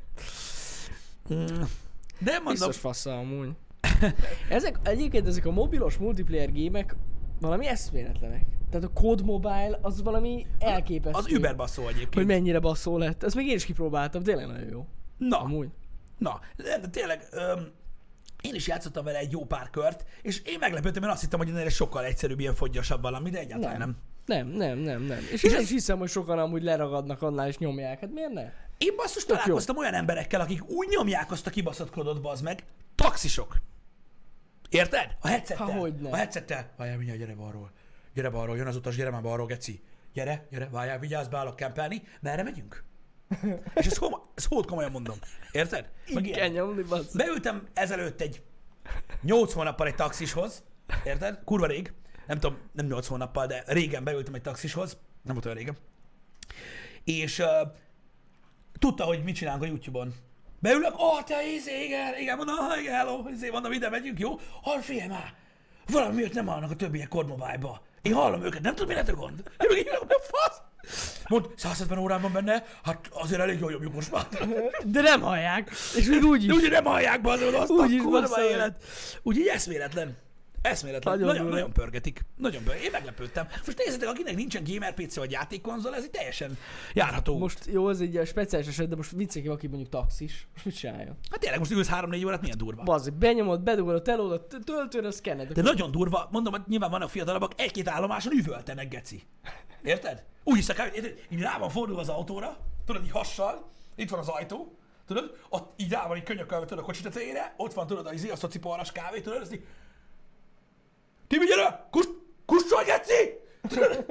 Mm. De mondom, Biztos fassa amúgy. Ezek, egyébként ezek a mobilos multiplayer gémek valami eszméletlenek. Tehát a Code Mobile az valami elképesztő. az Uber basszó egyébként. Hogy mennyire basszó lett. Ezt még én is kipróbáltam, tényleg nagyon jó. Na, Amúgy. na, de, de tényleg, öm, én is játszottam vele egy jó pár kört, és én meglepődtem, mert azt hittem, hogy ennél egy sokkal egyszerűbb, ilyen foggyasabb valami, de egyáltalán nem. Nem. Nem, nem, nem, nem. És, És én ez- is hiszem, hogy sokan amúgy leragadnak annál és nyomják. Hát miért ne? Én basszus Tök találkoztam olyan emberekkel, akik úgy nyomják azt a kibaszott kodot, bazd meg, taxisok. Érted? A headsettel. Há, hogyne. A headsettel. Várjál, mindjárt, gyere balról. Gyere balról, jön az utas, gyere már balról, geci. Gyere, gyere, várjál, vigyázz, beállok kempelni. Merre megyünk? És ezt, hol, ezt hót komolyan mondom. Érted? Meg Így ilyen. kell nyomni, bassz. Beültem ezelőtt egy nyolc hónappal egy taxishoz, érted? Kurva rég. Nem tudom, nem nyolc hónappal, de régen beültem egy taxishoz. Nem volt olyan régen. És uh, tudta, hogy mit csinálunk a YouTube-on. Beülök, ó, oh, te izé, igen, igen, mondom, ah, igen, hello, izé, mondom, ide megyünk, jó? Hall, figyelj már, valami miért nem állnak a többiek Code Mobile-ba. Én hallom őket, nem tudom, mi lett a gond. Én meg így mondom, mi a fasz? Mond, száz hetven órán van benne, hát azért elég jól nyomjuk most már. De nem hallják. És még úgy De is. ugye nem hallják be azon azt a Úgy is kurva bassza meg. élet. Úgyhogy eszméletlen. Eszméletlen. Nagyon Nagyon, durva. nagyon pörgetik. Nagyon pörgetik. Én meglepődtem. Most nézzétek, akinek nincsen gamer pé cé vagy játékkonzol, ez egy teljesen járható. Most, Most jó, ez egy ilyen speciális eset, de most viccek, aki mondjuk taxis. Most mit csináljon? hát tényleg most ülsz három-négy órát, milyen durva. Bazzi, benyomod, bedugod a telódat, töltőn, a szkenned. De nagyon durva, mondom, hogy nyilván vannak fiatalabbak, egy-két állomáson üvöltenek, geci. Érted? Úgy hiszek, hogy érted? Így rá van fordulva az autóra, tudod, így hassal, itt van az ajtó, tudod, ott így rá van így könyökölve, tudod, a kocsi tetejére, ott van, tudod, az, a szociporras kávé, tudod, ezt így... Tibi, gyere! Kus, kussolj, geci! Tudod?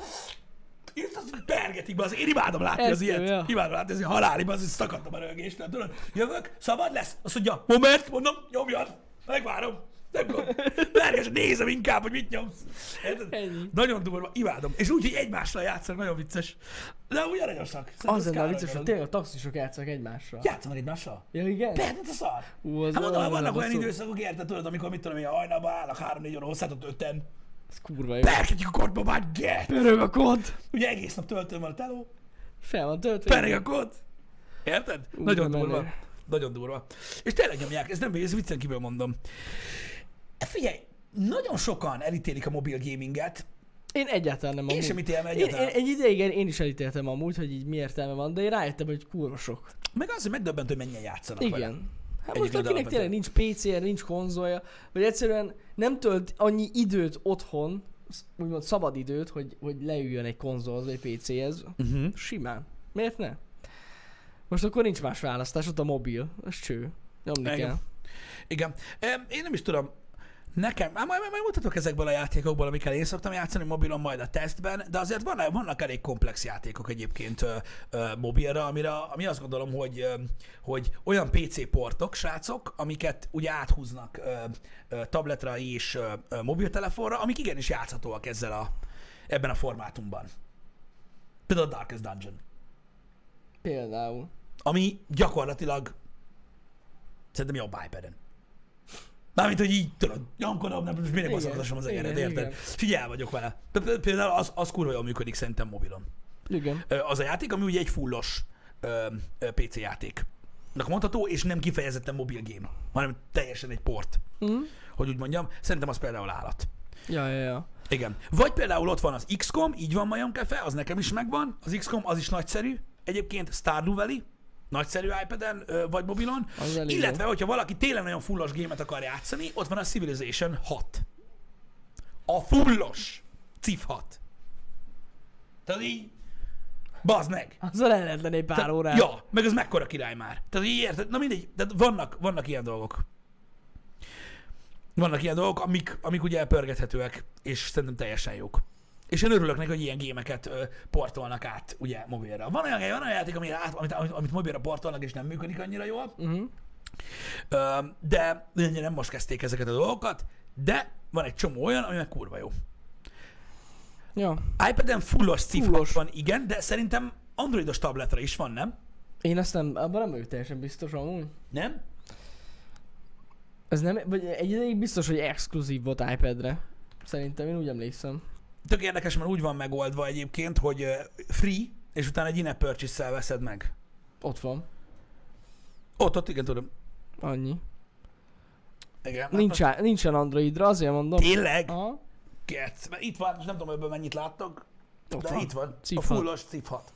Itt az pergetik be, az én imádom látni az Ezt ilyet. ja. Imádom látni, az haláliba, az szakadtam a rögéstől, tudod? Jövök, szabad lesz? Azt mondja, moment, mondom, nyomjad, megvárom. Nem gond. Perges, nézem inkább, hogy mit nyomsz. Érted? Ennyi. Nagyon durva, imádom. És úgy, hogy egymással játszanak, nagyon vicces. De úgy aranyosak. Szerintem Az ez lenne a kell vicces, hogy nagyon. tényleg a taxisok játszanak egymással. Játszanak egymással? Ja, igen? Persze, mint a szar. Ú, az Hát mondom, olyan vannak olyan baszó. időszakok, érted, tudod, amikor mit tudom, hogy a hajnalban állnak három-négy óra hosszát, ott öten. Ez kurva jó. Pergetjük a kortba, már get! Pörög a kód. Ugye egész nap töltőm van a teló, Fel van töltve. pereg a kód. Érted? Ú, Nagyon de durva. menő. Nagyon durva. És tényleg nyomják, ez nem ez viccen kívül mondom. Figyelj, nagyon sokan elítélik a mobil gaminget. Én egyáltalán nem Én amúgy. sem ítélem Én, egyáltalán. én, egy ideig én is elítéltem amúgy, hogy így mi értelme van, de én rájöttem, hogy kurva sok. Meg az, hogy megdöbbentő, hogy mennyien játszanak vele. Igen. Hát Egyébként most akinek alapvetően. tényleg nincs pé cé-je, nincs konzolja, vagy egyszerűen nem tölt annyi időt otthon, sz- úgymond szabad időt, hogy, hogy leüljön egy konzolhoz, vagy pé céhez, Uh-huh. simán. Miért ne? Most akkor nincs más választás, ott a mobil, ez cső. Nyomni Igen. kell. Igen. Em, Én nem is tudom, Nekem, már majd, majd mutatok ezekből a játékokból, amikkel én szoktam játszani mobilon majd a tesztben, de azért van, vannak elég komplex játékok egyébként ö, ö, mobilra, amire, ami azt gondolom, hogy, ö, hogy olyan pé cé portok, srácok, amiket ugye áthúznak ö, ö, tabletra és ö, ö, mobiltelefonra, amik igenis játszhatóak ezzel a, ebben a formátumban. Például a Darkest Dungeon. Például. Ami gyakorlatilag szerintem jobb iPad-en. Mármint, hogy így tudod, nyomkodom, nem most minek baszakodasom az egeret, érted? És így el vagyok vele. Például az, az kurva jól működik szerintem mobilon. Igen. Az a játék, ami ugye egy fullos ö, ö, pé cé játéknak mondható, és nem kifejezetten mobil game, hanem teljesen egy port. Mm. Hogy úgy mondjam, szerintem az például állat. Ja, ja, ja. Igen. Vagy például ott van az iksz kom, így van majomkefe, az nekem is megvan. Az iksz kom az is nagyszerű. Egyébként Stardew Valley, nagyszerű iPad-en vagy mobilon. Illetve, hogyha valaki tényleg nagyon fullos gémet akar játszani, ott van a Civilization hat. A fullos cif hat. Tehát így, bazd meg. Azzal el lehet lenni egy pár órát. Ja, meg az mekkora király már. Tehát így érted, na mindegy, de vannak, vannak ilyen dolgok. Vannak ilyen dolgok, amik, amik ugye pörgethetőek, és szerintem teljesen jók. És én örülök neki, hogy ilyen gémeket ö, portolnak át ugye mobilra. Van olyan, van olyan játék, amire át, amit, amit, amit mobilra portolnak, és nem működik annyira jól. Uh-huh. Ö, de nem most kezdték ezeket a dolgokat, de van egy csomó olyan, ami meg kurva jó. Ja. iPad-en fullos cifhat van, igen, de szerintem androidos tabletre is van, nem? Én ezt nem, abban nem vagyok teljesen biztos amúgy. Nem? Ez nem, vagy egy ideig biztos, hogy exkluzív volt iPad-re. Szerintem, én úgy emlékszem. Tök érdekes, mert úgy van megoldva egyébként, hogy free, és utána egy in-app purchase-szel veszed meg. Ott van. Ott, ott, igen, tudom. Annyi. Igen. Nincs, hát, nincsen Androidra, azért mondom. Tényleg? Aha. Kert. Mert itt van, most nem tudom, ebből mennyit láttok, ott de van. itt van. cif A fullos cifhat.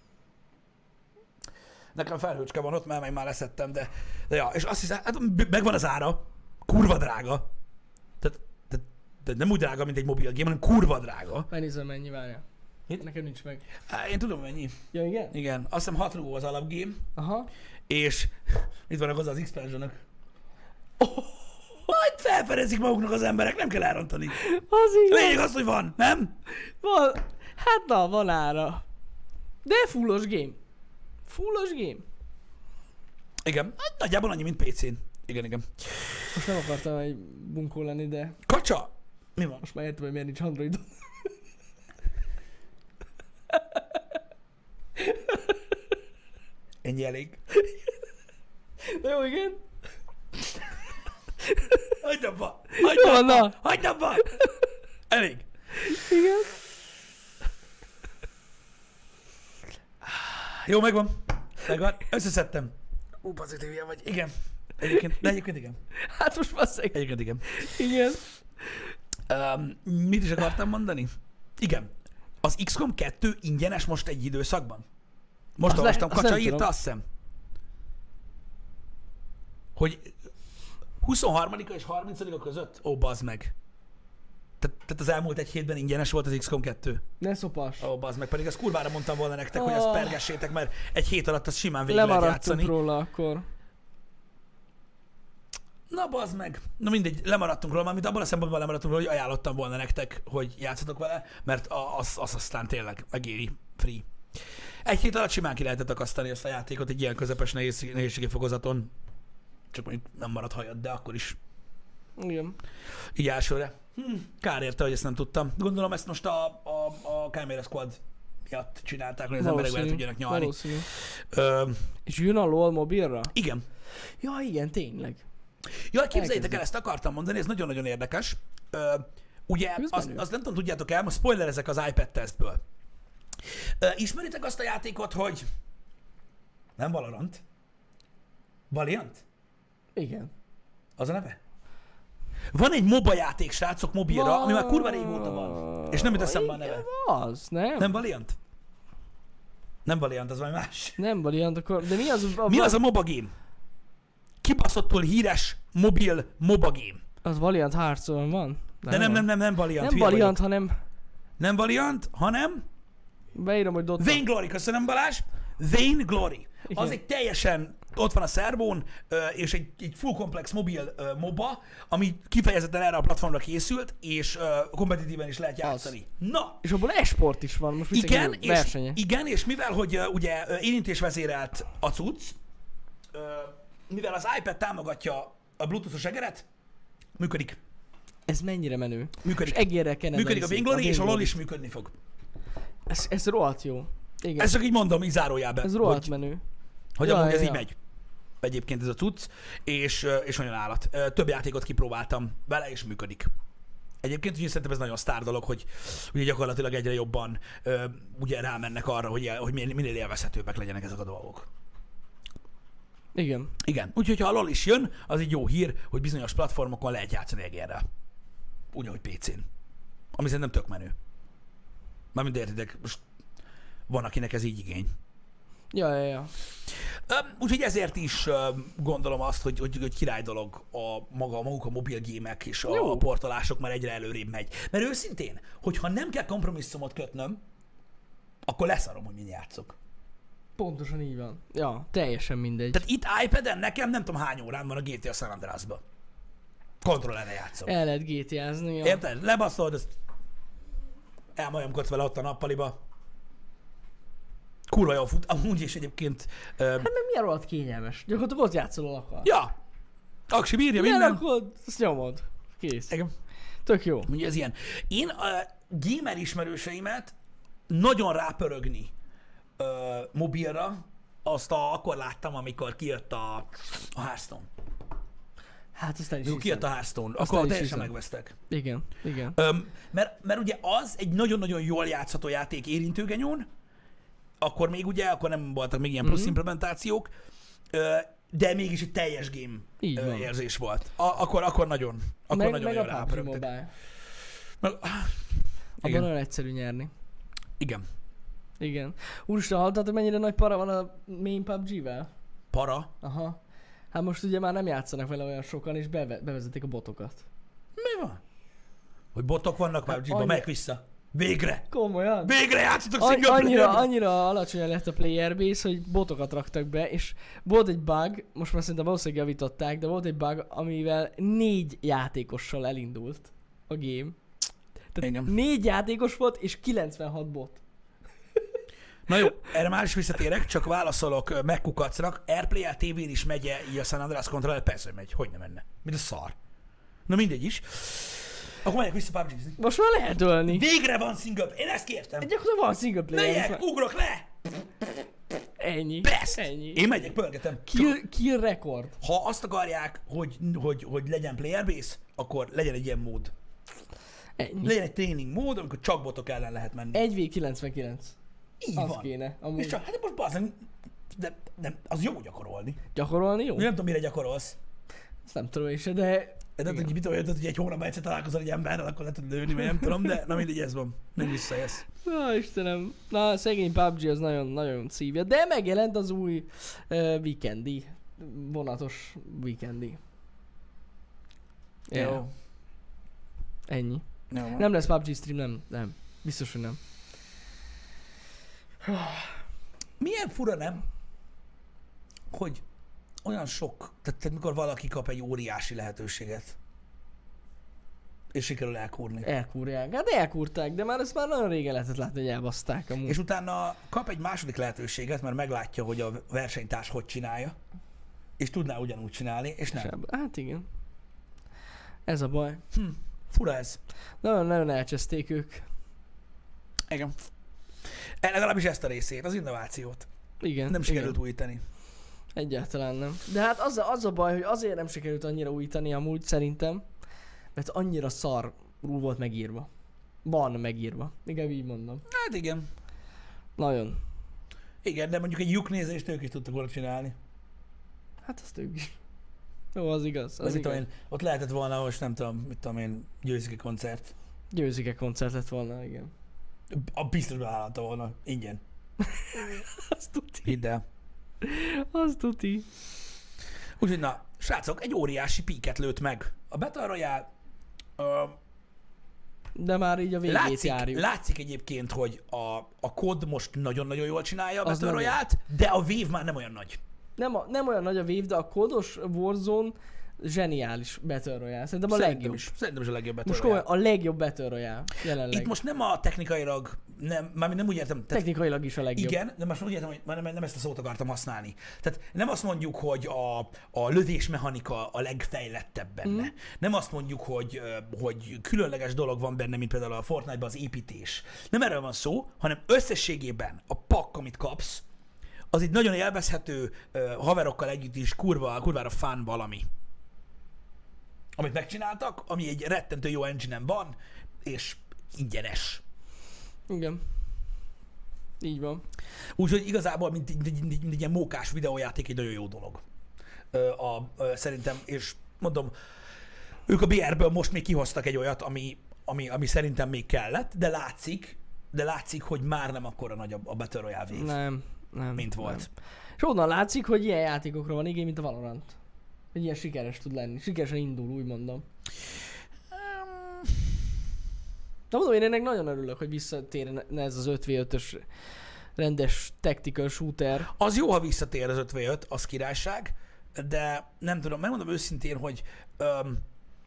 Nekem felhőcske van ott, mert meg már leszettem, de, de ja, és azt hiszem, hát megvan az ára. Kurva drága. Tehát, tehát, tehát nem úgy drága, mint egy mobil game, hanem kurva drága. Megnézem, mennyi, várjál. Itt? Nekem nincs meg. Há, én tudom, mennyi. Ja, igen? Igen. Azt hiszem hat rugó az alapgame. Aha. És itt vannak hozzá az expansionok. Oh, majd felfedezik maguknak az emberek, nem kell elrontani. Az igaz. Lényeg az, hogy van, nem? Van. Hát na, van ára. De fullos game. Fullos game. Igen, hát nagyjából annyi, mint pé cén. Igen, igen. Most nem akartam egy bunkó lenni, de Kacsa! Mi van? most már értem, hogy miért nincs Android. Ennyi elég. De jó, igen. Hagyd abba! Hagyd Van, abba! na. Hagyd abba! Elég. Igen. Jó, megvan. Megvan. Összeszedtem. Ú, pozitív ilyen vagy. Igen. Egyébként, de egyébként igen. Hát most basszeg. Egyébként igen. Igen. Um, mit is akartam mondani? Igen. Az iksz kom kettő ingyenes most egy időszakban. Most Azt olvastam, le- azt Kacsa nem írta, tudom. azt hiszem, hogy huszonharmadika és harmincadika között? Ó, bazd meg. Tehát, tehát az elmúlt egy hétben ingyenes volt az iksz kom kettő. Ne szopas. Ó, bazd meg, pedig ezt kurvára mondtam volna nektek, hogy Ah. ezt pergessétek, mert egy hét alatt azt simán végig lehet Lemaradtunk játszani. róla akkor. Na, bazd meg. Na mindegy, lemaradtunk róla, mármint abban a szempontból lemaradtunk róla, hogy ajánlottam volna nektek, hogy játszatok vele, mert a- az, az aztán tényleg megéri free. Egy hét alatt simán ki lehetett akasztani ezt a játékot egy ilyen közepes nehéz, nehézségi fokozaton. Csak mondjuk nem marad hajad, de akkor is. Igen. Így elsőre. Hm, kár érte, hogy ezt nem tudtam. Gondolom ezt most a, a, a Chimera Squad miatt csinálták, hogy az emberek bele tudjanak nyalni. Valószínű. Ö, És jön a LOL mobilra? igen. Ja, igen, tényleg. Ja, képzeljétek el, Elkezdem. ezt akartam mondani, ez nagyon-nagyon érdekes. Ö, ugye, Ez azt, menő. azt nem tudom, tudjátok el, most spoilerezek az iPad tesztből. Ö, ismeritek azt a játékot, hogy nem Valorant? Valiant? Igen. Az a neve? Van egy MOBA játék, srácok, mobilra, ami már kurva régóta van. És nem jut eszembe a neve. Igen, az, nem? Nem Valiant? Nem Valiant, az valami más. Nem Valiant, akkor... De mi az a... Mi az a MOBA game? Kibaszottul híres mobil MOBA game. Az Valiant Hearthstone van? De nem, nem, nem, nem Valiant. Nem hülye Valiant, vagyok. hanem... Nem Valiant, hanem Beírom, hogy Dota. Vainglory, köszönöm Balázs. Vain Glory. Az Igen. egy teljesen, ott van a szervón, ö, és egy, egy full komplex mobil ö, MOBA, ami kifejezetten erre a platformra készült, és ö, kompetitíven is lehet játszani. Na, És abból e-sport is van, most igen, viccen és, versenye. igen, és mivel, hogy ö, ugye ö, érintésvezérelt a cucc, ö, mivel az iPad támogatja a Bluetooth-os egeret, működik. Ez mennyire menő. Működik. És egérre kened Működik a izét, Vain Glory, és a Vain LoL Glory. is működni fog. Ez, ez rohadt jó. Igen. Ezt csak így mondom, így zárójában. Ez rohadt hogy, menő. hogy Ja, amúgy ez ja, így ja. megy. Egyébként ez a cucc, és, ö, és nagyon állat. Ö, Több játékot kipróbáltam vele, és működik. Egyébként ugye szerintem ez nagyon sztár dolog, hogy ugye gyakorlatilag egyre jobban ö, ugye rámennek arra, hogy, el, hogy minél, minél élvezhetőbbek legyenek ezek a dolgok. Igen. Igen. Úgyhogy ha a LoL is jön, az egy jó hír, hogy bizonyos platformokon lehet játszani egérrel. Úgy, ahogy pé cén. Ami szerintem tök menő. Mármint értitek, most van, akinek ez így igény. Ja, ja, ja. Öm, Úgyhogy ezért is öm, gondolom azt, hogy, hogy, hogy király dolog a maga, maguk a mobil gémek és a, Jó. a portolások már egyre előrébb megy. Mert őszintén, hogyha nem kell kompromisszumot kötnöm, akkor leszarom, hogy mind játszok. Pontosan így van. Ja, teljesen mindegy. Tehát itt iPad-en nekem nem tudom hány órán van a gé té á San Andreasban. Kontrollerre játszom. El lehet gé té ázni. Ja. Érted? Lebaszolod, ezt elmajomkodsz vele ott a nappaliba. Kurva jól fut. Amúgy is egyébként... Öm, Hát meg milyen rohadt kényelmes. Gyakorlatilag ott játszol a lakal. ja, aksi bírja Milyen minden. akkor azt nyomod. Kész. Igen. Tök jó. Ugye ez ilyen. Én a gamer ismerőseimet nagyon rápörögni ö, mobilra, azt a, akkor láttam, amikor kijött a, a Hearthstone. Hát azt el is Amikor kijött a hiszem. Hearthstone, Azt akkor el is teljesen hiszem. megvesztek. Igen, igen. Öm, mert, mert ugye az egy nagyon-nagyon jól játszható játék érintőgenyón, akkor még ugye, akkor nem voltak még ilyen plusz Mhm. implementációk, ö, de mégis egy teljes game Így ö, van. érzés volt. A, akkor, akkor nagyon, akkor meg, nagyon meg a jól pé u bé rápörögtek. Mobile. Meg, Abban igen, nagyon egyszerű nyerni. igen. Igen. Úristen, hallottatok mennyire nagy para van a main pé u bé vel? Para. Aha. Hát most ugye már nem játszanak vele olyan sokan, és beve- bevezetik a botokat. Mi van? Hogy botok vannak már, Hát G-ba, annyi- megy vissza. Végre! Komolyan? Végre játszotok An- single annyira, player-ben! annyira alacsony lett a player base, hogy botokat raktak be, és volt egy bug, most már szerintem valószínűleg javították, de volt egy bug, amivel négy játékossal elindult a game. Tehát Igen. négy játékos volt, és kilencvenhat bot. Na jó, erre már is visszatérek, csak válaszolok ö, megkukacnak. Airplay-el tévén is megy így a San Andreas Controller? Persze, hogy megy. Hogy nem menne? Mint a szar. Na mindegy is. Akkor megyek vissza pé u bé-zni. Most már lehet ölni. Végre van single. Én ezt kértem. Gyakorlatilag van single player. most Megyek, már- ugrok le! Ennyi. Best! Ennyi. Én megyek, pörgetem. Kill, kill rekord. Ha azt akarják, hogy, hogy, hogy legyen player base, akkor legyen egy ilyen mód. Ennyi. Legyen egy training mód, amikor csak botok ellen lehet menni. egy vé kilencvenkilenc. Így Az van. kéne. És Amúgy csak, hát most bazen, de nem, az jó gyakorolni. gyakorolni jó? Nem tudom, mire gyakorolsz. Ezt nem tudom is, de... De nem tudom, hogy mit olyan, hogy egy hónapban egyszer találkozol egy emberrel, akkor le tudod lőni, vagy nem tudom, de na mindegy, ez van. Nem visszajössz. Na Istenem, na szegény pé u bé az nagyon, nagyon szívja, de megjelent az új uh, weekendi, vonatos weekendi. Yeah. Jó. Ennyi. Jó. Nem lesz pé u bé stream, nem, nem. Biztos, hogy nem. Milyen fura, nem? Hogy olyan sok, tehát, tehát mikor valaki kap egy óriási lehetőséget, és sikerül elkúrni. Elkúrják. Hát elkúrták, de már ezt már nagyon régen lehetett látni, hogy elbaszták amúgy. És utána kap egy második lehetőséget, mert meglátja, hogy a versenytárs hogy csinálja, és tudná ugyanúgy csinálni, és nem. Seb- Hát igen. Ez a baj. Hm, fura ez. Nagyon-nagyon elcseszték ők. Igen. E, legalábbis ezt a részét, az innovációt. Igen. Nem sikerült igen. újítani. Egyáltalán nem. De hát az, a- az a baj, hogy azért nem sikerült annyira újítani amúgy szerintem, mert annyira szarul volt megírva. Van megírva. Igen, így mondom. Hát igen. Nagyon. Igen, de mondjuk egy lyuknézést ők is tudtak volna csinálni. Hát azt ők is. Jó, az igaz. Az Az mit igaz. tudom én, ott lehetett volna, most nem tudom, mit tudom én, győzike koncert. Győzike koncert lett volna, igen. A biztos beállhatta volna, ingyen. Azt tuti. Hidd el. Azt tuti. Úgyhogy na, srácok, egy óriási píket lőtt meg. A Battle Royale ö, de már így a végét látszik, járjuk. látszik egyébként, hogy a, a kod most nagyon-nagyon jól csinálja a Az Battle Royale-t, de a Wave már nem olyan nagy. Nem, a, nem olyan nagy a Wave, de a kódos Warzone zseniális Battle Royale. Szerintem a Szerintem legjobb. is. Szerintem is a legjobb Battle Most Royale. komolyan a legjobb Battle Royale jelenleg. Itt most nem a technikailag, nem, mármint nem úgy értem. Tehát Technikailag is a legjobb. igen, de most úgy értem, hogy már nem, nem ezt a szót akartam használni. Tehát nem azt mondjuk, hogy a, a lövésmechanika a legfejlettebb benne. Mm. Nem azt mondjuk, hogy, ö, hogy különleges dolog van benne, mint például a Fortnite-ban az építés. Nem erről van szó, hanem összességében a pakk, amit kapsz, az itt nagyon élvezhető, ö, haverokkal együtt is kurva, kurvára fun valami. Amit megcsináltak, ami egy rettentő jó engine-en van, és ingyenes. Igen. Így van. Úgyhogy igazából, mint, mint, mint, mint, mint egy ilyen mókás videójáték, egy nagyon jó dolog. Ö, a, ö, szerintem, és mondom, ők a bé er-ből most még kihoztak egy olyat, ami, ami, ami szerintem még kellett, de látszik, de látszik, hogy már nem akkora nagy a, a Battle Royale Wave, Nem, nem. mint volt. Nem. És onnan látszik, hogy ilyen játékokra van igény, mint a Valorant. Hogy ilyen sikeres tud lenni. Sikeresen indul, úgy mondom. Um, De mondom, én ennek nagyon örülök, hogy visszatérne ez az öt vé ötös rendes tactical shooter. az jó, ha visszatér az öt vé öt, az királyság, de nem tudom, megmondom őszintén, hogy öm,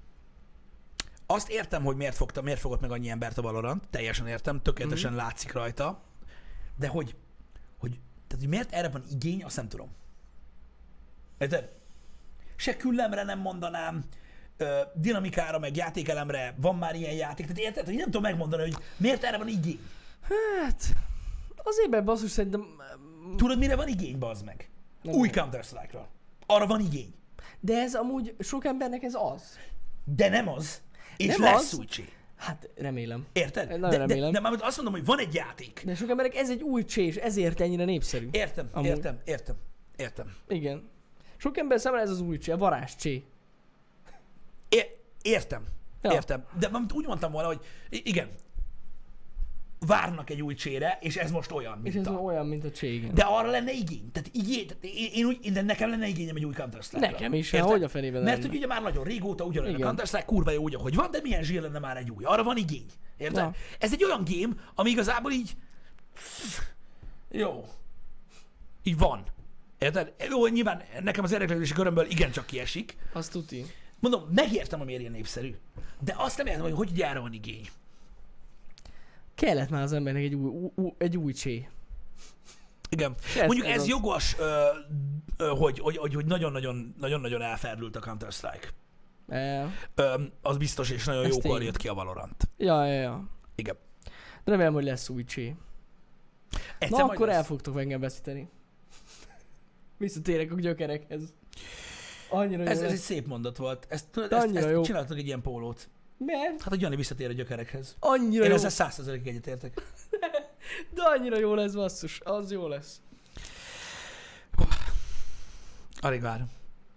azt értem, hogy miért, fogta, miért fogott meg annyi embert a Valorant, teljesen értem, tökéletesen mm-hmm. látszik rajta, de hogy, hogy, tehát, hogy miért erre van igény, azt nem tudom. Érted? Se küllemre nem mondanám, ö, dinamikára, meg játékelemre van már ilyen játék, tehát érted, hogy nem tudom megmondani, hogy miért erre van igény. Hát, azért be basszus szerintem... Tudod, mire van igény, bazd meg? Nem Új tudom. Counter-Strike-ra. Arra van igény. De ez amúgy sok embernek ez az. De nem az. És Nem lesz az. új csé. Hát remélem. Érted? Nagyon de, remélem. de, de már azt mondom, hogy van egy játék. De sok emberek ez egy új csés, ezért ennyire népszerű. Értem, Amúgy. értem, értem, értem. Igen. Sok ember számára ez az új csé, a varázs csé. É- értem, Ja. értem. De amit úgy mondtam volna, hogy i- igen, várnak egy új csére, és ez most olyan, És mint ez a... olyan, mint a csé, igen. De arra lenne igény. Tehát igény, tehát én, én úgy, de nekem lenne igényem egy új Counter-Strike-ra. Nekem is, Érted? hát hogy a fenében Mert lenne? hogy ugye már nagyon régóta ugyanolyan a Igen. Counter-Strike, kurva jó úgy, ahogy van, de milyen zsír lenne már egy új. Arra van igény. Érted? Ja. Ez egy olyan game, ami igazából így... Jó. Így van. Érted? Jó, nyilván nekem az érdeklődési körömből igencsak kiesik. Azt tuti. Mondom, megértem, hogy miért ilyen népszerű. De azt nem értem, hogy hogy gyára van igény. Kellett már az embernek egy új, új, új- egy új csé. Igen. Ez- Mondjuk ez ez az. jogos, ö, ö, hogy, hogy, hogy, hogy nagyon-nagyon, nagyon-nagyon elferdült a Counter-Strike. E, Ö, az biztos, és nagyon Ez jókor tény. jött ki a Valorant. ja, ja, ja. Igen. De remélem, hogy lesz új csé. Egyszer Na majd akkor lesz. el fogtok engem veszíteni. Visszatérek a gyökerekhez. Annyira jó Ez, ez egy lesz. szép mondat volt. Ezt, tudod, De ezt, annyira ezt jó. csináltak egy ilyen pólót. Mert Hát, hogy Jani visszatér a gyökerekhez. annyira Én jó. ezzel száz százalékig egyetértek. De annyira jó lesz, basszus. Az jó lesz. Alig várom.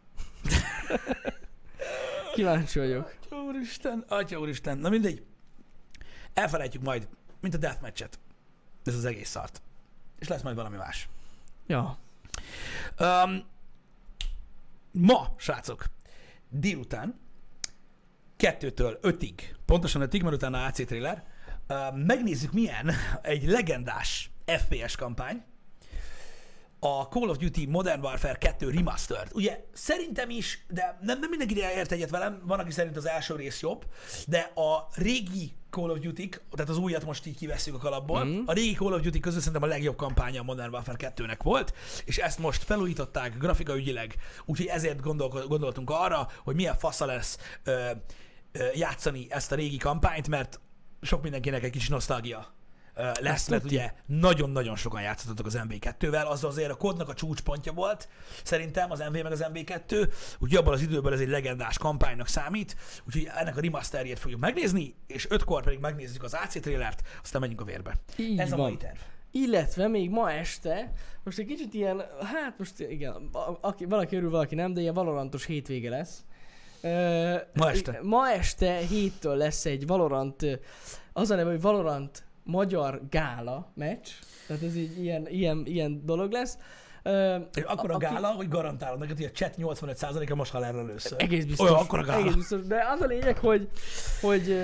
Kíváncsi vagyok. Atya úristen, atya úristen. Na mindegy. Elfelejtjük majd, mint a deathmatchet. Ez az egész szart. És lesz majd valami más. Ja. Um, ma, srácok, délután, kettőtől ötig, pontosan ötig, mert utána á cé trailer, uh, megnézzük milyen egy legendás ef pé es kampány, a Call of Duty Modern Warfare kettő Remastered. Ugye szerintem is, de nem, nem mindenki ért egyet velem, van, aki szerint az első rész jobb, de a régi Call of Duty-k, tehát az újat most így kivesszük a kalapból, Mhm. a régi Call of Duty közül szerintem a legjobb kampánya a Modern Warfare kettőnek volt, és ezt most felújították grafikaügyileg, úgyhogy ezért gondol, gondoltunk arra, hogy milyen fasza lesz ö, ö, játszani ezt a régi kampányt, mert sok mindenkinek egy kis nosztalgia ö, lesz, Ezt mert tuti. ugye nagyon-nagyon sokan játszottatok az em vé kettővel, az azért a kódnak a csúcspontja volt, szerintem az em vé meg az em vé kettő, úgyhogy abban az időben ez egy legendás kampánynak számít, úgyhogy ennek a remasterjét fogjuk megnézni, és ötkor pedig megnézzük az á cé trailert, aztán megyünk a vérbe. Így ez a van. mai terv. Illetve még ma este, most egy kicsit ilyen, hát most igen, a- aki, valaki örül, valaki nem, de ilyen valorantos hétvége lesz. Ö, Ma este. Ma este héttől lesz egy Valorant, ö, az a neve, hogy Valorant magyar gála meccs. Tehát ez így ilyen, ilyen, ilyen dolog lesz. Ö, És akkor a, aki- gála, hogy garantálom neked, hogy a chat nyolcvanöt százaléka most hal erre először. Egész biztos. Olyan, akkor a gála. Egész biztos. De az a lényeg, hogy, hogy ö,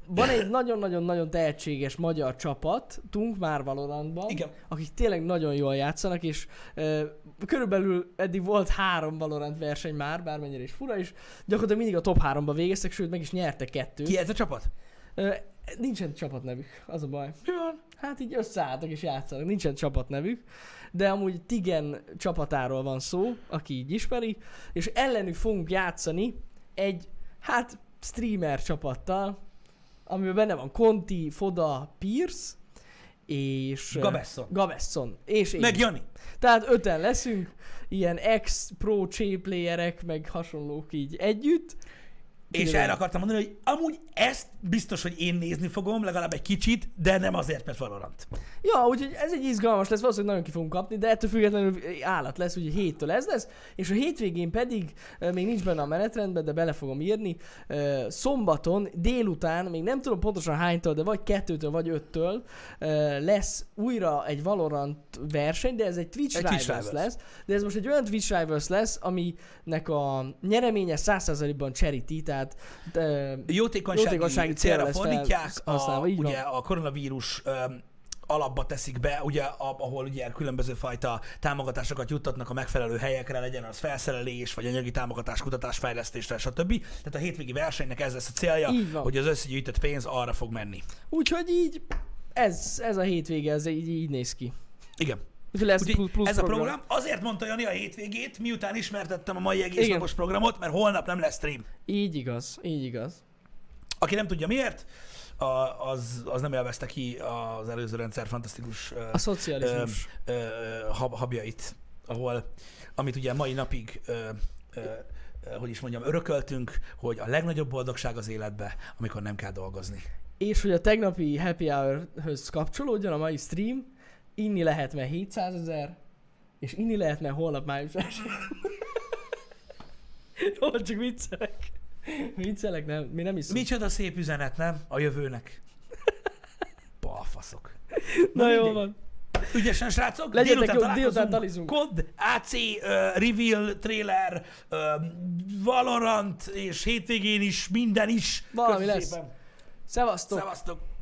van egy nagyon-nagyon-nagyon tehetséges magyar csapatunk már Valorantban, Igen. akik tényleg nagyon jól játszanak, és uh, körülbelül eddig volt három Valorant verseny már, bármennyire is fura, és gyakorlatilag mindig a top háromba végeztek, sőt meg is nyertek kettőt. Ki ez a csapat? Uh, nincsen csapatnevük, az a baj. Mi van? Hát így összeálltak és játszanak, nincsen csapatnevük, de amúgy Tigen csapatáról van szó, aki így ismeri, és ellenük fogunk játszani egy, hát streamer csapattal, amiben benne van Conti, Foda, Pierce, és... Gabesson. Gabesson. És én. Meg Jani. Tehát öten leszünk, ilyen ex-pro playerek, meg hasonlók így együtt. És Kidően. erre akartam mondani, hogy amúgy ezt biztos, hogy én nézni fogom, legalább egy kicsit, de nem azért, mert Valorant. Ja, úgyhogy ez egy izgalmas lesz, valószínűleg nagyon ki fogunk kapni, de ettől függetlenül állat lesz, ugye héttől ez lesz, és a hétvégén pedig, még nincs benne a menetrendben, de bele fogom írni, szombaton délután, még nem tudom pontosan hánytól, de vagy kettőtől, vagy öttől lesz újra egy Valorant verseny, de ez egy Twitch, egy Rivals, Twitch lesz, de ez most egy olyan Twitch Rivals lesz, aminek a nyereménye száz százalékban charity, tehát Jótékonysági, jótékonysági célra fordítják, a, ugye a koronavírus um, alapba teszik be, ugye, ahol ugye különböző fajta támogatásokat juttatnak a megfelelő helyekre, legyen az felszerelés, vagy anyagi támogatás, kutatás, fejlesztésre, stb. Tehát a hétvégi versenynek ez lesz a célja, hogy az összegyűjtött pénz arra fog menni. Úgyhogy így ez, ez a hétvége, ez így, így néz ki. Igen. Lesz Úgyhogy plusz, plusz ez program. a program, azért mondta Jani a hétvégét, miután ismertettem a mai egész napos programot, mert holnap nem lesz stream. Így igaz, így igaz. Aki nem tudja miért, a, az, az nem élvezte ki az előző rendszer fantasztikus a szocializmus ö, ö, hab, habjait, ahol, amit ugye mai napig, ö, ö, ö, hogy is mondjam, örököltünk, hogy a legnagyobb boldogság az életbe, amikor nem kell dolgozni. És hogy a tegnapi happy hour-höz kapcsolódjon a mai stream, inni lehet, mert hétszázezer, és inni lehet, mert holnap május elsején. Jó, csak viccelek. Viccelek, nem, mi nem iszunk. Micsoda szép üzenet, nem? A jövőnek. Balfaszok. Na, Na jó van. Ügyesen, srácok. Legyetek jó, délután talizunk. Kod, á cé, uh, Reveal, trailer, uh, Valorant, és hétvégén is, minden is. Valami lesz. Szevasztok. Szevasztok.